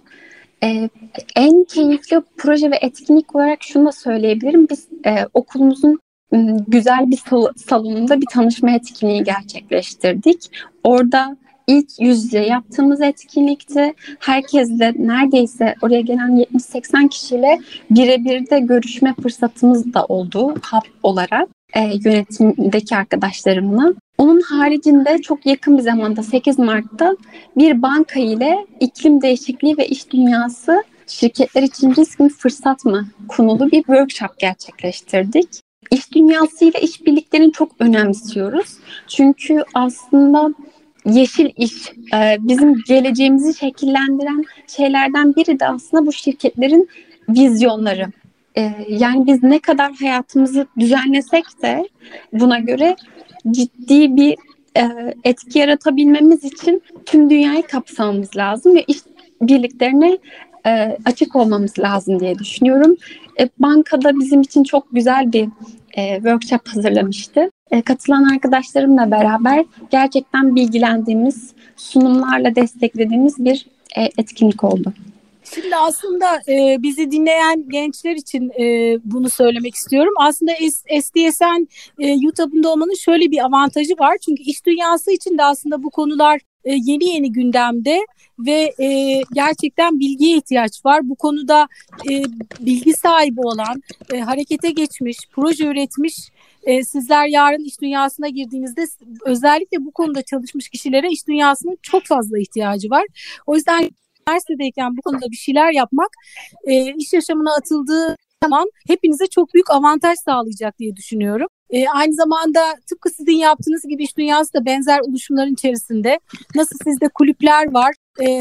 En keyifli proje ve etkinlik olarak şunu da söyleyebilirim. Biz okulumuzun güzel bir salonunda bir tanışma etkinliği gerçekleştirdik. Orada ilk yüz yüze yaptığımız etkinlikti. Herkesle neredeyse oraya gelen 70-80 kişiyle birebir de görüşme fırsatımız da oldu hub olarak yönetimdeki arkadaşlarımla. Onun haricinde çok yakın bir zamanda 8 Mart'ta bir banka ile iklim değişikliği ve iş dünyası şirketler için risk mi fırsat mı konulu bir workshop gerçekleştirdik. İş dünyasıyla işbirliklerini çok önemsiyoruz. Çünkü aslında yeşil iş bizim geleceğimizi şekillendiren şeylerden biri de aslında bu şirketlerin vizyonları. Yani biz ne kadar hayatımızı düzenlesek de buna göre ciddi bir etki yaratabilmemiz için tüm dünyayı kapsamamız lazım ve iş birliklerine açık olmamız lazım diye düşünüyorum. Bankada bizim için çok güzel bir workshop hazırlamıştı. Katılan arkadaşlarımla beraber gerçekten bilgilendiğimiz, sunumlarla desteklediğimiz bir etkinlik oldu. Şimdi aslında bizi dinleyen gençler için bunu söylemek istiyorum. Aslında SDSN YouTube'unda olmanın şöyle bir avantajı var. Çünkü iş dünyası için de aslında bu konular yeni gündemde ve gerçekten bilgiye ihtiyaç var. Bu konuda bilgi sahibi olan, harekete geçmiş, proje üretmiş, sizler yarın iş dünyasına girdiğinizde özellikle bu konuda çalışmış kişilere iş dünyasının çok fazla ihtiyacı var. O yüzden üniversitedeyken bu konuda bir şeyler yapmak iş yaşamına atıldığı zaman hepinize çok büyük avantaj sağlayacak diye düşünüyorum. Aynı zamanda tıpkı sizin yaptığınız gibi iş dünyası da benzer oluşumların içerisinde. Nasıl sizde kulüpler var,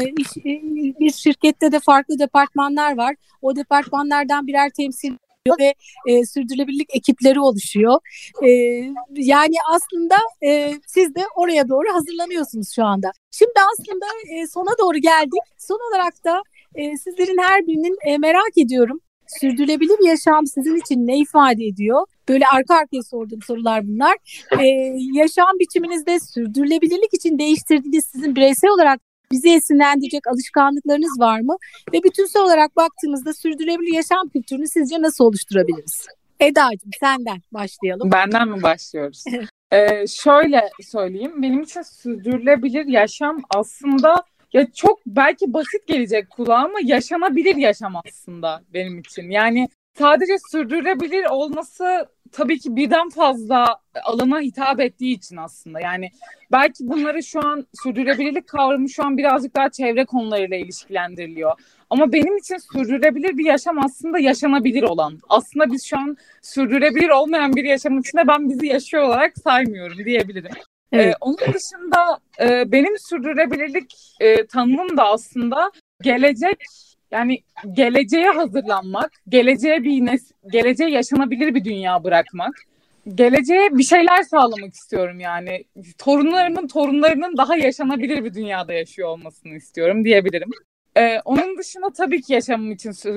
bir şirkette de farklı departmanlar var. O departmanlardan birer temsil ve sürdürülebilirlik ekipleri oluşuyor. Yani aslında siz de oraya doğru hazırlanıyorsunuz şu anda. Şimdi aslında sona doğru geldik. Son olarak da sizlerin her birinin merak ediyorum. Sürdürülebilir yaşam sizin için ne ifade ediyor? Böyle arka arkaya sorduğum sorular bunlar. Yaşam biçiminizde sürdürülebilirlik için değiştirdiğiniz sizin bireysel olarak bizi esinlendirecek alışkanlıklarınız var mı? Ve bütünsel olarak baktığımızda sürdürülebilir yaşam kültürünü sizce nasıl oluşturabiliriz? Eda'cığım senden başlayalım. Benden mi başlıyoruz? Şöyle söyleyeyim. Benim için sürdürülebilir yaşam aslında ya çok belki basit gelecek kulağa ama yaşanabilir yaşam aslında benim için. Yani sadece sürdürülebilir olması tabii ki birden fazla alana hitap ettiği için aslında. Yani belki bunları şu an sürdürülebilirlik kavramı şu an birazcık daha çevre konularıyla ilişkilendiriliyor. Ama benim için sürdürülebilir bir yaşam aslında yaşanabilir olan. Aslında biz şu an sürdürülebilir olmayan bir yaşam içinde ben bizi yaşıyor olarak saymıyorum diyebilirim. Evet. Onun dışında benim sürdürülebilirlik tanımım da aslında gelecek, yani geleceğe hazırlanmak, geleceğe yaşanabilir bir dünya bırakmak, geleceğe bir şeyler sağlamak istiyorum yani. Torunlarının daha yaşanabilir bir dünyada yaşıyor olmasını istiyorum diyebilirim. Onun dışında tabii ki yaşamım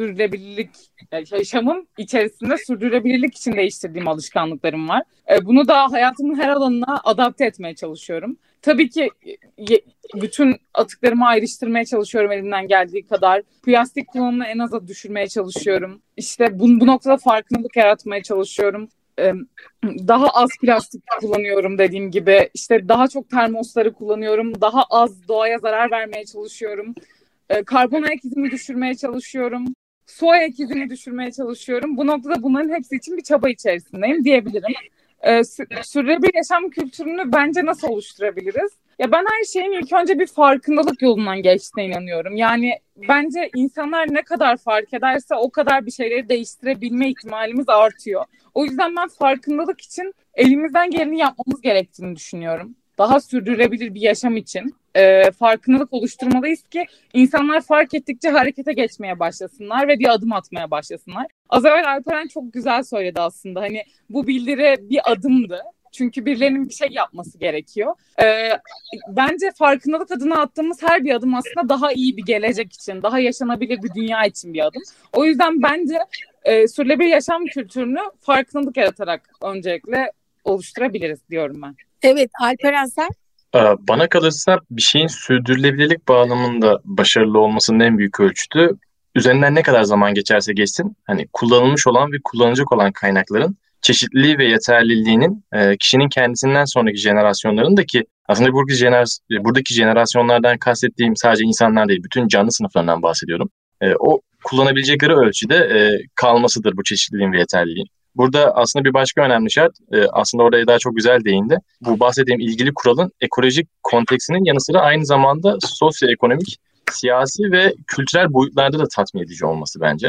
içerisinde sürdürülebilirlik için değiştirdiğim alışkanlıklarım var. Bunu da hayatımın her alanına adapte etmeye çalışıyorum. Tabii ki bütün atıklarımı ayrıştırmaya çalışıyorum elimden geldiği kadar. Plastik kullanımını en aza düşürmeye çalışıyorum. İşte bu noktada farkındalık yaratmaya çalışıyorum. Daha az plastik kullanıyorum dediğim gibi. İşte daha çok termosları kullanıyorum. Daha az doğaya zarar vermeye çalışıyorum. Karbon ayak izimi düşürmeye çalışıyorum. Su ayak izimi düşürmeye çalışıyorum. Bu noktada bunların hepsi için bir çaba içerisindeyim diyebilirim. Sürdürülebilir yaşam kültürünü bence nasıl oluşturabiliriz? Ya ben her şeyin ilk önce bir farkındalık yolundan geçtiğine inanıyorum. Yani bence insanlar ne kadar fark ederse o kadar bir şeyleri değiştirebilme ihtimalimiz artıyor. O yüzden ben farkındalık için elimizden geleni yapmamız gerektiğini düşünüyorum. Daha sürdürülebilir bir yaşam için farkındalık oluşturmalıyız ki insanlar fark ettikçe harekete geçmeye başlasınlar ve bir adım atmaya başlasınlar. Az evvel Alperen çok güzel söyledi aslında. Hani bu bildiri bir adımdı. Çünkü birilerinin bir şey yapması gerekiyor. Bence farkındalık adına attığımız her bir adım aslında daha iyi bir gelecek için, daha yaşanabilir bir dünya için bir adım. O yüzden bence sürdürülebilir yaşam kültürünü farkındalık yaratarak öncelikle oluşturabiliriz diyorum ben. Evet, Alperen sen? Bana kalırsa bir şeyin sürdürülebilirlik bağlamında başarılı olmasının en büyük ölçütü üzerinden ne kadar zaman geçerse geçsin hani kullanılmış olan ve kullanılacak olan kaynakların çeşitliliği ve yeterliliğinin kişinin kendisinden sonraki jenerasyonlarındaki aslında buradaki jenerasyonlardan kastettiğim sadece insanlar değil, bütün canlı sınıflarından bahsediyorum. O kullanabilecekleri ölçüde kalmasıdır bu çeşitliliğin ve yeterliliğin. Burada aslında bir başka önemli şart, aslında oraya daha çok güzel değindi. Bu bahsettiğim ilgili kuralın ekolojik konteksinin yanı sıra aynı zamanda sosyoekonomik, siyasi ve kültürel boyutlarda da tatmin edici olması bence.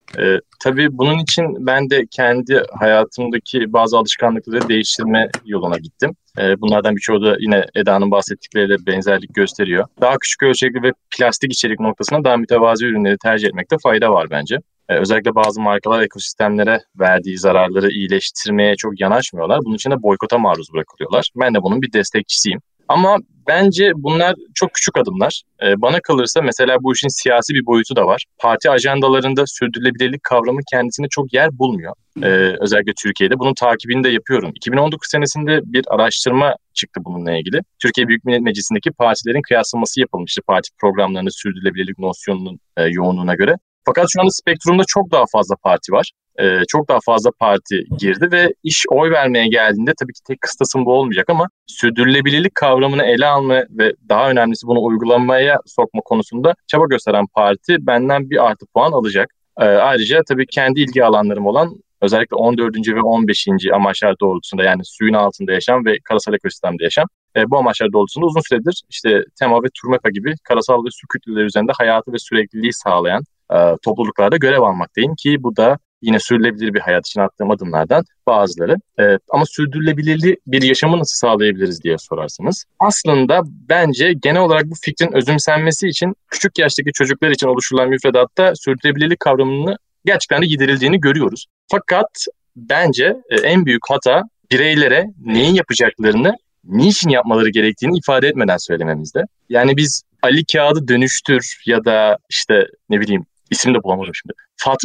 Tabii bunun için ben de kendi hayatımdaki bazı alışkanlıkları değiştirme yoluna gittim. Bunlardan birçoğu da yine Eda'nın bahsettikleriyle benzerlik gösteriyor. Daha küçük ölçekli ve plastik içerik noktasına daha mütevazi ürünleri tercih etmekte fayda var bence. Özellikle bazı markalar ekosistemlere verdiği zararları iyileştirmeye çok yanaşmıyorlar. Bunun için de boykota maruz bırakılıyorlar. Ben de bunun bir destekçisiyim. Ama bence bunlar çok küçük adımlar. Bana kalırsa mesela bu işin siyasi bir boyutu da var. Parti ajandalarında sürdürülebilirlik kavramı kendisine çok yer bulmuyor. Özellikle Türkiye'de. Bunun takibini de yapıyorum. 2019 senesinde bir araştırma çıktı bununla ilgili. Türkiye Büyük Millet Meclisi'ndeki partilerin kıyaslaması yapılmıştı. Parti programlarında sürdürülebilirlik nosyonunun yoğunluğuna göre. Fakat şu anda spektrumda çok daha fazla parti var. Çok daha fazla parti girdi ve iş oy vermeye geldiğinde tabii ki tek kıstasım bu olmayacak ama sürdürülebilirlik kavramını ele alma ve daha önemlisi bunu uygulamaya sokma konusunda çaba gösteren parti benden bir artı puan alacak. Ayrıca tabii kendi ilgi alanlarım olan özellikle 14. ve 15. amaçlar doğrultusunda yani suyun altında yaşam ve karasal ekosistemde yaşam bu amaçlar doğrultusunda uzun süredir işte TEMA ve TURMEPA gibi karasal ve su kütleleri üzerinde hayatı ve sürekliliği sağlayan topluluklarda görev almaktayım ki bu da yine sürdürülebilir bir hayat için attığım adımlardan bazıları. Ama sürdürülebilir bir yaşamı nasıl sağlayabiliriz diye sorarsanız. Aslında bence genel olarak bu fikrin özümsenmesi için küçük yaştaki çocuklar için oluşturulan müfredatta sürdürülebilirlik kavramını gerçekten de giderildiğini görüyoruz. Fakat bence en büyük hata bireylere neyin yapacaklarını, niçin yapmaları gerektiğini ifade etmeden söylememizde. Yani biz Ali kağıdı dönüştür ya da işte ne bileyim İsmini de bulamadım şimdi.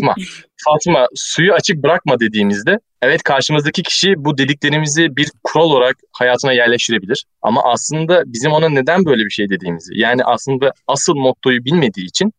Fatma suyu açık bırakma dediğimizde evet karşımızdaki kişi bu dediklerimizi bir kural olarak hayatına yerleştirebilir. Ama aslında bizim ona neden böyle bir şey dediğimizi yani aslında asıl mottoyu bilmediği için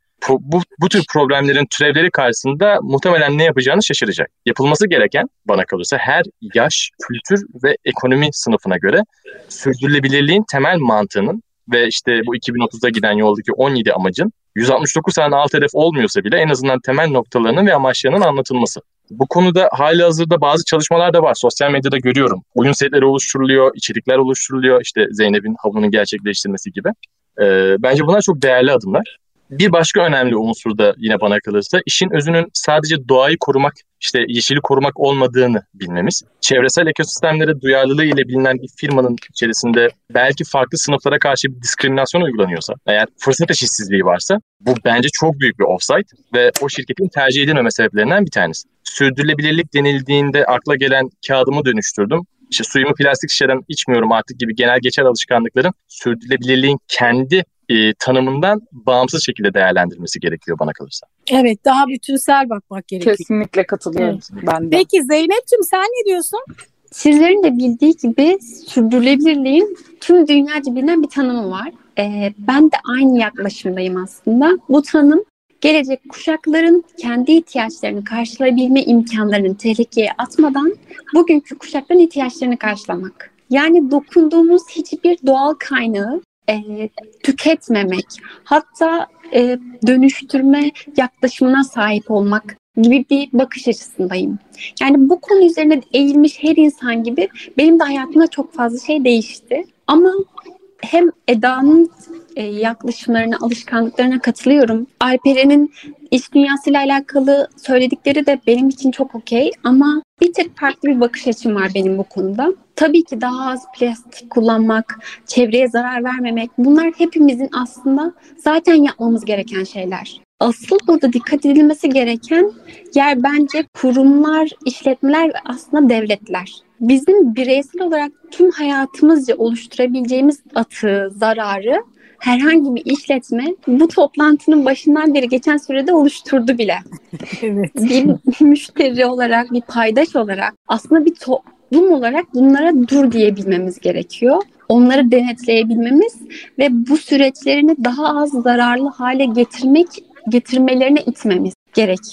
bu tür problemlerin türevleri karşısında muhtemelen ne yapacağını şaşıracak. Yapılması gereken bana kalırsa her yaş, kültür ve ekonomi sınıfına göre sürdürülebilirliğin temel mantığının ve işte bu 2030'da giden yoldaki 17 amacın 169 tane alt hedef olmuyorsa bile en azından temel noktalarının ve amaçlarının anlatılması. Bu konuda halihazırda bazı çalışmalar da var. Sosyal medyada görüyorum. Oyun setleri oluşturuluyor, içerikler oluşturuluyor. İşte Zeynep'in havlunun gerçekleştirmesi gibi. Bence bunlar çok değerli adımlar. Bir başka önemli unsur da yine bana kalırsa işin özünün sadece doğayı korumak, işte yeşili korumak olmadığını bilmemiz. Çevresel ekosistemlere duyarlılığı ile bilinen bir firmanın içerisinde belki farklı sınıflara karşı bir diskriminasyon uygulanıyorsa, eğer fırsat eşitsizliği varsa bu bence çok büyük bir offside ve o şirketin tercih edilmeme sebeplerinden bir tanesi. Sürdürülebilirlik denildiğinde akla gelen kağıdımı dönüştürdüm. İşte suyumu plastik şişeden içmiyorum artık gibi genel geçer alışkanlıkların sürdürülebilirliğin kendi tanımından bağımsız şekilde değerlendirilmesi gerekiyor bana kalırsa. Evet, daha bütünsel bakmak gerekiyor. Kesinlikle katılıyorum ben de. Peki Zeynep'ciğim sen ne diyorsun? Sizlerin de bildiği gibi sürdürülebilirliğin tüm dünyaca bilinen bir tanımı var. Ben de aynı yaklaşımdayım aslında. Bu tanım gelecek kuşakların kendi ihtiyaçlarını karşılayabilme imkanlarını tehlikeye atmadan bugünkü kuşakların ihtiyaçlarını karşılamak. Yani dokunduğumuz hiçbir doğal kaynağı tüketmemek, hatta dönüştürme yaklaşımına sahip olmak gibi bir bakış açısındayım. Yani bu konu üzerine eğilmiş her insan gibi benim de hayatımda çok fazla şey değişti. Ama hem Eda'nın yaklaşımlarına, alışkanlıklarına katılıyorum. Alperen'in iş dünyasıyla alakalı söyledikleri de benim için çok okey ama bir tık farklı bir bakış açım var benim bu konuda. Tabii ki daha az plastik kullanmak, çevreye zarar vermemek bunlar hepimizin aslında zaten yapmamız gereken şeyler. Asıl burada dikkat edilmesi gereken yer bence kurumlar, işletmeler ve aslında devletler. Bizim bireysel olarak tüm hayatımızca oluşturabileceğimiz atığı, zararı herhangi bir işletme bu toplantının başından beri geçen sürede oluşturdu bile. Evet. Bir müşteri olarak, bir paydaş olarak aslında bir toplum olarak bunlara dur diyebilmemiz gerekiyor. Onları denetleyebilmemiz ve bu süreçlerini daha az zararlı hale getirmelerine itmemiz gerekiyor.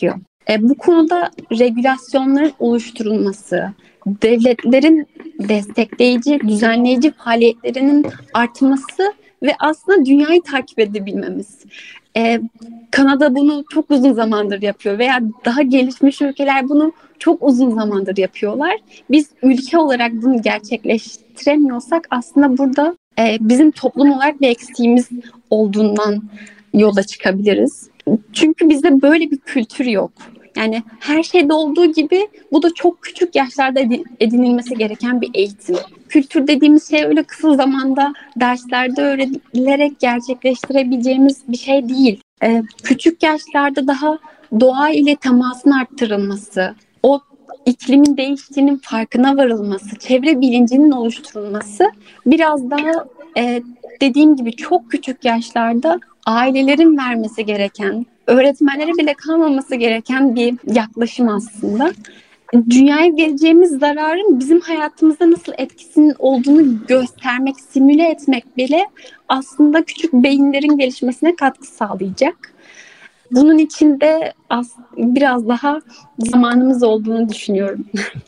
Bu konuda regülasyonların oluşturulması, devletlerin destekleyici, düzenleyici faaliyetlerinin artması ve aslında dünyayı takip edebilmemiz. Kanada bunu çok uzun zamandır yapıyor veya daha gelişmiş ülkeler bunu çok uzun zamandır yapıyorlar. Biz ülke olarak bunu gerçekleştiremiyorsak aslında burada bizim toplum olarak bir eksiğimiz olduğundan yola çıkabiliriz. Çünkü bizde böyle bir kültür yok. Yani her şeyde olduğu gibi bu da çok küçük yaşlarda edinilmesi gereken bir eğitim. Kültür dediğimiz şey öyle kısa zamanda derslerde öğrenilerek gerçekleştirebileceğimiz bir şey değil. Küçük yaşlarda daha doğa ile temasın arttırılması, o iklimin değiştiğinin farkına varılması, çevre bilincinin oluşturulması biraz daha dediğim gibi çok küçük yaşlarda ailelerin vermesi gereken, öğretmenlere bile kalmaması gereken bir yaklaşım aslında. Dünyaya geleceğimiz zararın bizim hayatımızda nasıl etkisinin olduğunu göstermek, simüle etmek bile aslında küçük beyinlerin gelişmesine katkı sağlayacak. Bunun için de biraz daha zamanımız olduğunu düşünüyorum.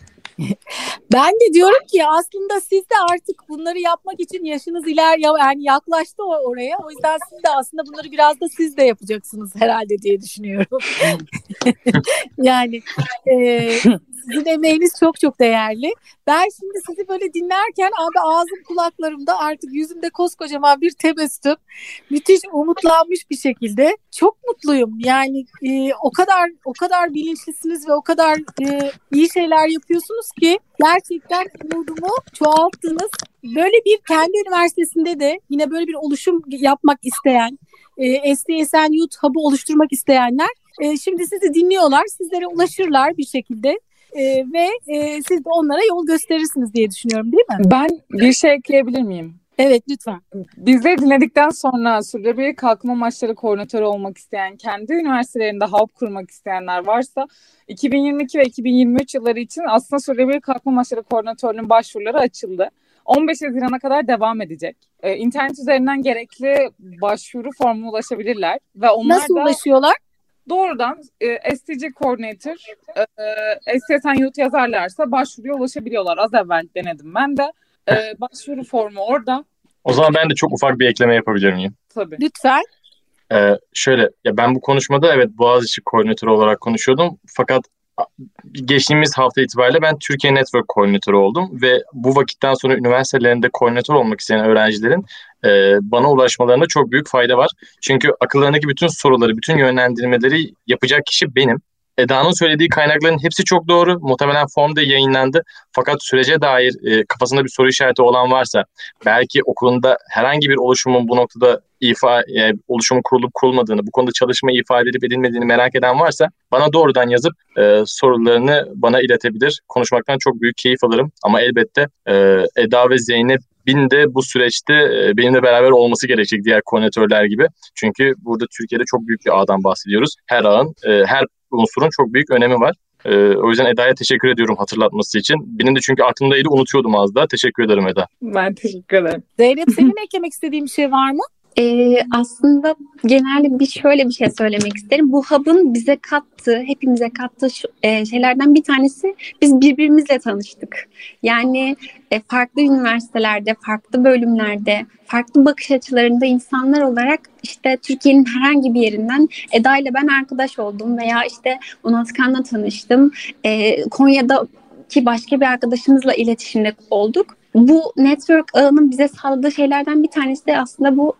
Ben de diyorum ki aslında siz de artık bunları yapmak için yaşınız yani yaklaştı oraya. O yüzden siz de aslında bunları biraz da siz de yapacaksınız herhalde diye düşünüyorum. Yani sizin emeğiniz çok çok değerli. Ben şimdi sizi böyle dinlerken abi ağzım kulaklarımda, artık yüzümde koskocaman bir tebessüm. Müthiş umutlanmış bir şekilde. Çok mutluyum. Yani o kadar bilinçlisiniz ve o kadar iyi şeyler yapıyorsunuz ki gerçekten umudumu çoğalttınız. Böyle bir kendi üniversitesinde de yine böyle bir oluşum yapmak isteyen, STSN Youth Hub'ı oluşturmak isteyenler şimdi sizi dinliyorlar, sizlere ulaşırlar bir şekilde. Ve siz de onlara yol gösterirsiniz diye düşünüyorum, değil mi? Ben bir şey ekleyebilir miyim? Evet, lütfen. Bizleri dinledikten sonra sürdürülebilir kalkınma amaçları koordinatörü olmak isteyen, kendi üniversitelerinde hub kurmak isteyenler varsa 2022 ve 2023 yılları için aslında sürdürülebilir kalkınma amaçları koordinatörlüğünün başvuruları açıldı. 15 Haziran'a kadar devam edecek. İnternet üzerinden gerekli başvuru formuna ulaşabilirler. Ve onlar nasıl ulaşıyorlar? Doğrudan STG Coordinator, STSN Youth yazarlarsa başvuruya ulaşabiliyorlar. Az evvel denedim ben de. Başvuru formu orada. O zaman ben de çok ufak bir ekleme yapabilir miyim? Tabii. Lütfen. Şöyle, ya ben bu konuşmada evet Boğaziçi koordinatörü olarak konuşuyordum. Fakat geçtiğimiz hafta itibariyle ben Türkiye Network koordinatörü oldum ve bu vakitten sonra üniversitelerinde koordinatör olmak isteyen öğrencilerin bana ulaşmalarında çok büyük fayda var. Çünkü akıllarındaki bütün soruları, bütün yönlendirmeleri yapacak kişi benim. Eda'nın söylediği kaynakların hepsi çok doğru. Muhtemelen formda yayınlandı. Fakat sürece dair kafasında bir soru işareti olan varsa, belki okulunda herhangi bir oluşumun bu noktada oluşumun kurulup kurulmadığını, bu konuda çalışma ifade edip edilmediğini merak eden varsa bana doğrudan yazıp sorularını bana iletebilir. Konuşmaktan çok büyük keyif alırım. Ama elbette Eda ve Zeynep'in de bu süreçte benimle beraber olması gerekecek diğer koordinatörler gibi. Çünkü burada Türkiye'de çok büyük bir ağdan bahsediyoruz. Her ağın, her unsurun çok büyük önemi var. O yüzden Eda'ya teşekkür ediyorum hatırlatması için. Benim de çünkü aklımdaydı, unutuyordum az daha. Teşekkür ederim Eda. Ben teşekkür ederim. Zeynep, senin eklemek istediğin bir şey var mı? Aslında genelde şöyle bir şey söylemek isterim. Bu hub'ın bize kattığı, hepimize kattığı şeylerden bir tanesi, biz birbirimizle tanıştık. Yani farklı üniversitelerde, farklı bölümlerde, farklı bakış açılarında insanlar olarak işte Türkiye'nin herhangi bir yerinden Eda ile ben arkadaş oldum veya işte Onatkan'la tanıştım. Konya'daki başka bir arkadaşımızla iletişimde olduk. Bu network ağının bize sağladığı şeylerden bir tanesi de aslında bu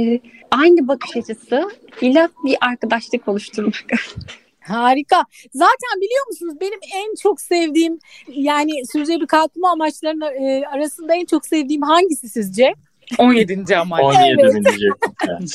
aynı bakış açısıyla bir arkadaşlık oluşturmak. Harika. Zaten biliyor musunuz, benim en çok sevdiğim, yani sürdürülebilir kalkınma amaçlarının arasında en çok sevdiğim hangisi sizce? 17. amaç. 17 Evet. mi diyecektim.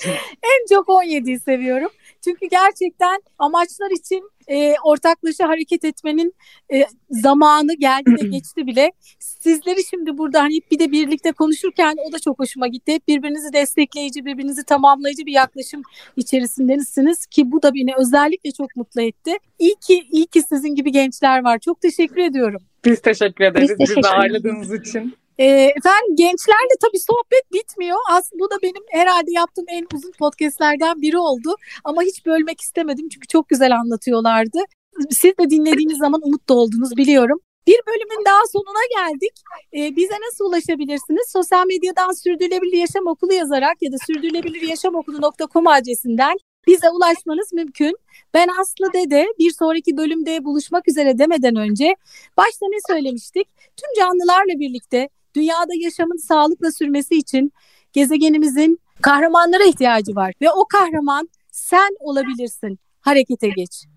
En çok 17'yi seviyorum. Çünkü gerçekten amaçlar için ortaklaşa hareket etmenin zamanı geldi de geçti bile. Sizleri şimdi burada hani bir de birlikte konuşurken o da çok hoşuma gitti. Hep birbirinizi destekleyici, birbirinizi tamamlayıcı bir yaklaşım içerisindesiniz ki bu da beni özellikle çok mutlu etti. İyi ki sizin gibi gençler var. Çok teşekkür ediyorum. Biz teşekkür ederiz. Biz teşekkür Bizi ederiz. ağırladığınız için. Efendim, gençlerle tabii sohbet bitmiyor. Aslında bu da benim herhalde yaptığım en uzun podcastlerden biri oldu. Ama hiç bölmek istemedim çünkü çok güzel anlatıyorlardı. siz de dinlediğiniz zaman umutlu oldunuz biliyorum. Bir bölümün daha sonuna geldik. Bize nasıl ulaşabilirsiniz? Sosyal medyadan Sürdürülebilir Yaşam Okulu yazarak ya da sürdürülebiliryaşamokulu.com adresinden bize ulaşmanız mümkün. Ben Aslı Dede. Bir sonraki bölümde buluşmak üzere demeden önce başta ne söylemiştik? Tüm canlılarla birlikte dünyada yaşamın sağlıkla sürmesi için gezegenimizin kahramanlara ihtiyacı var ve o kahraman sen olabilirsin. Harekete geç.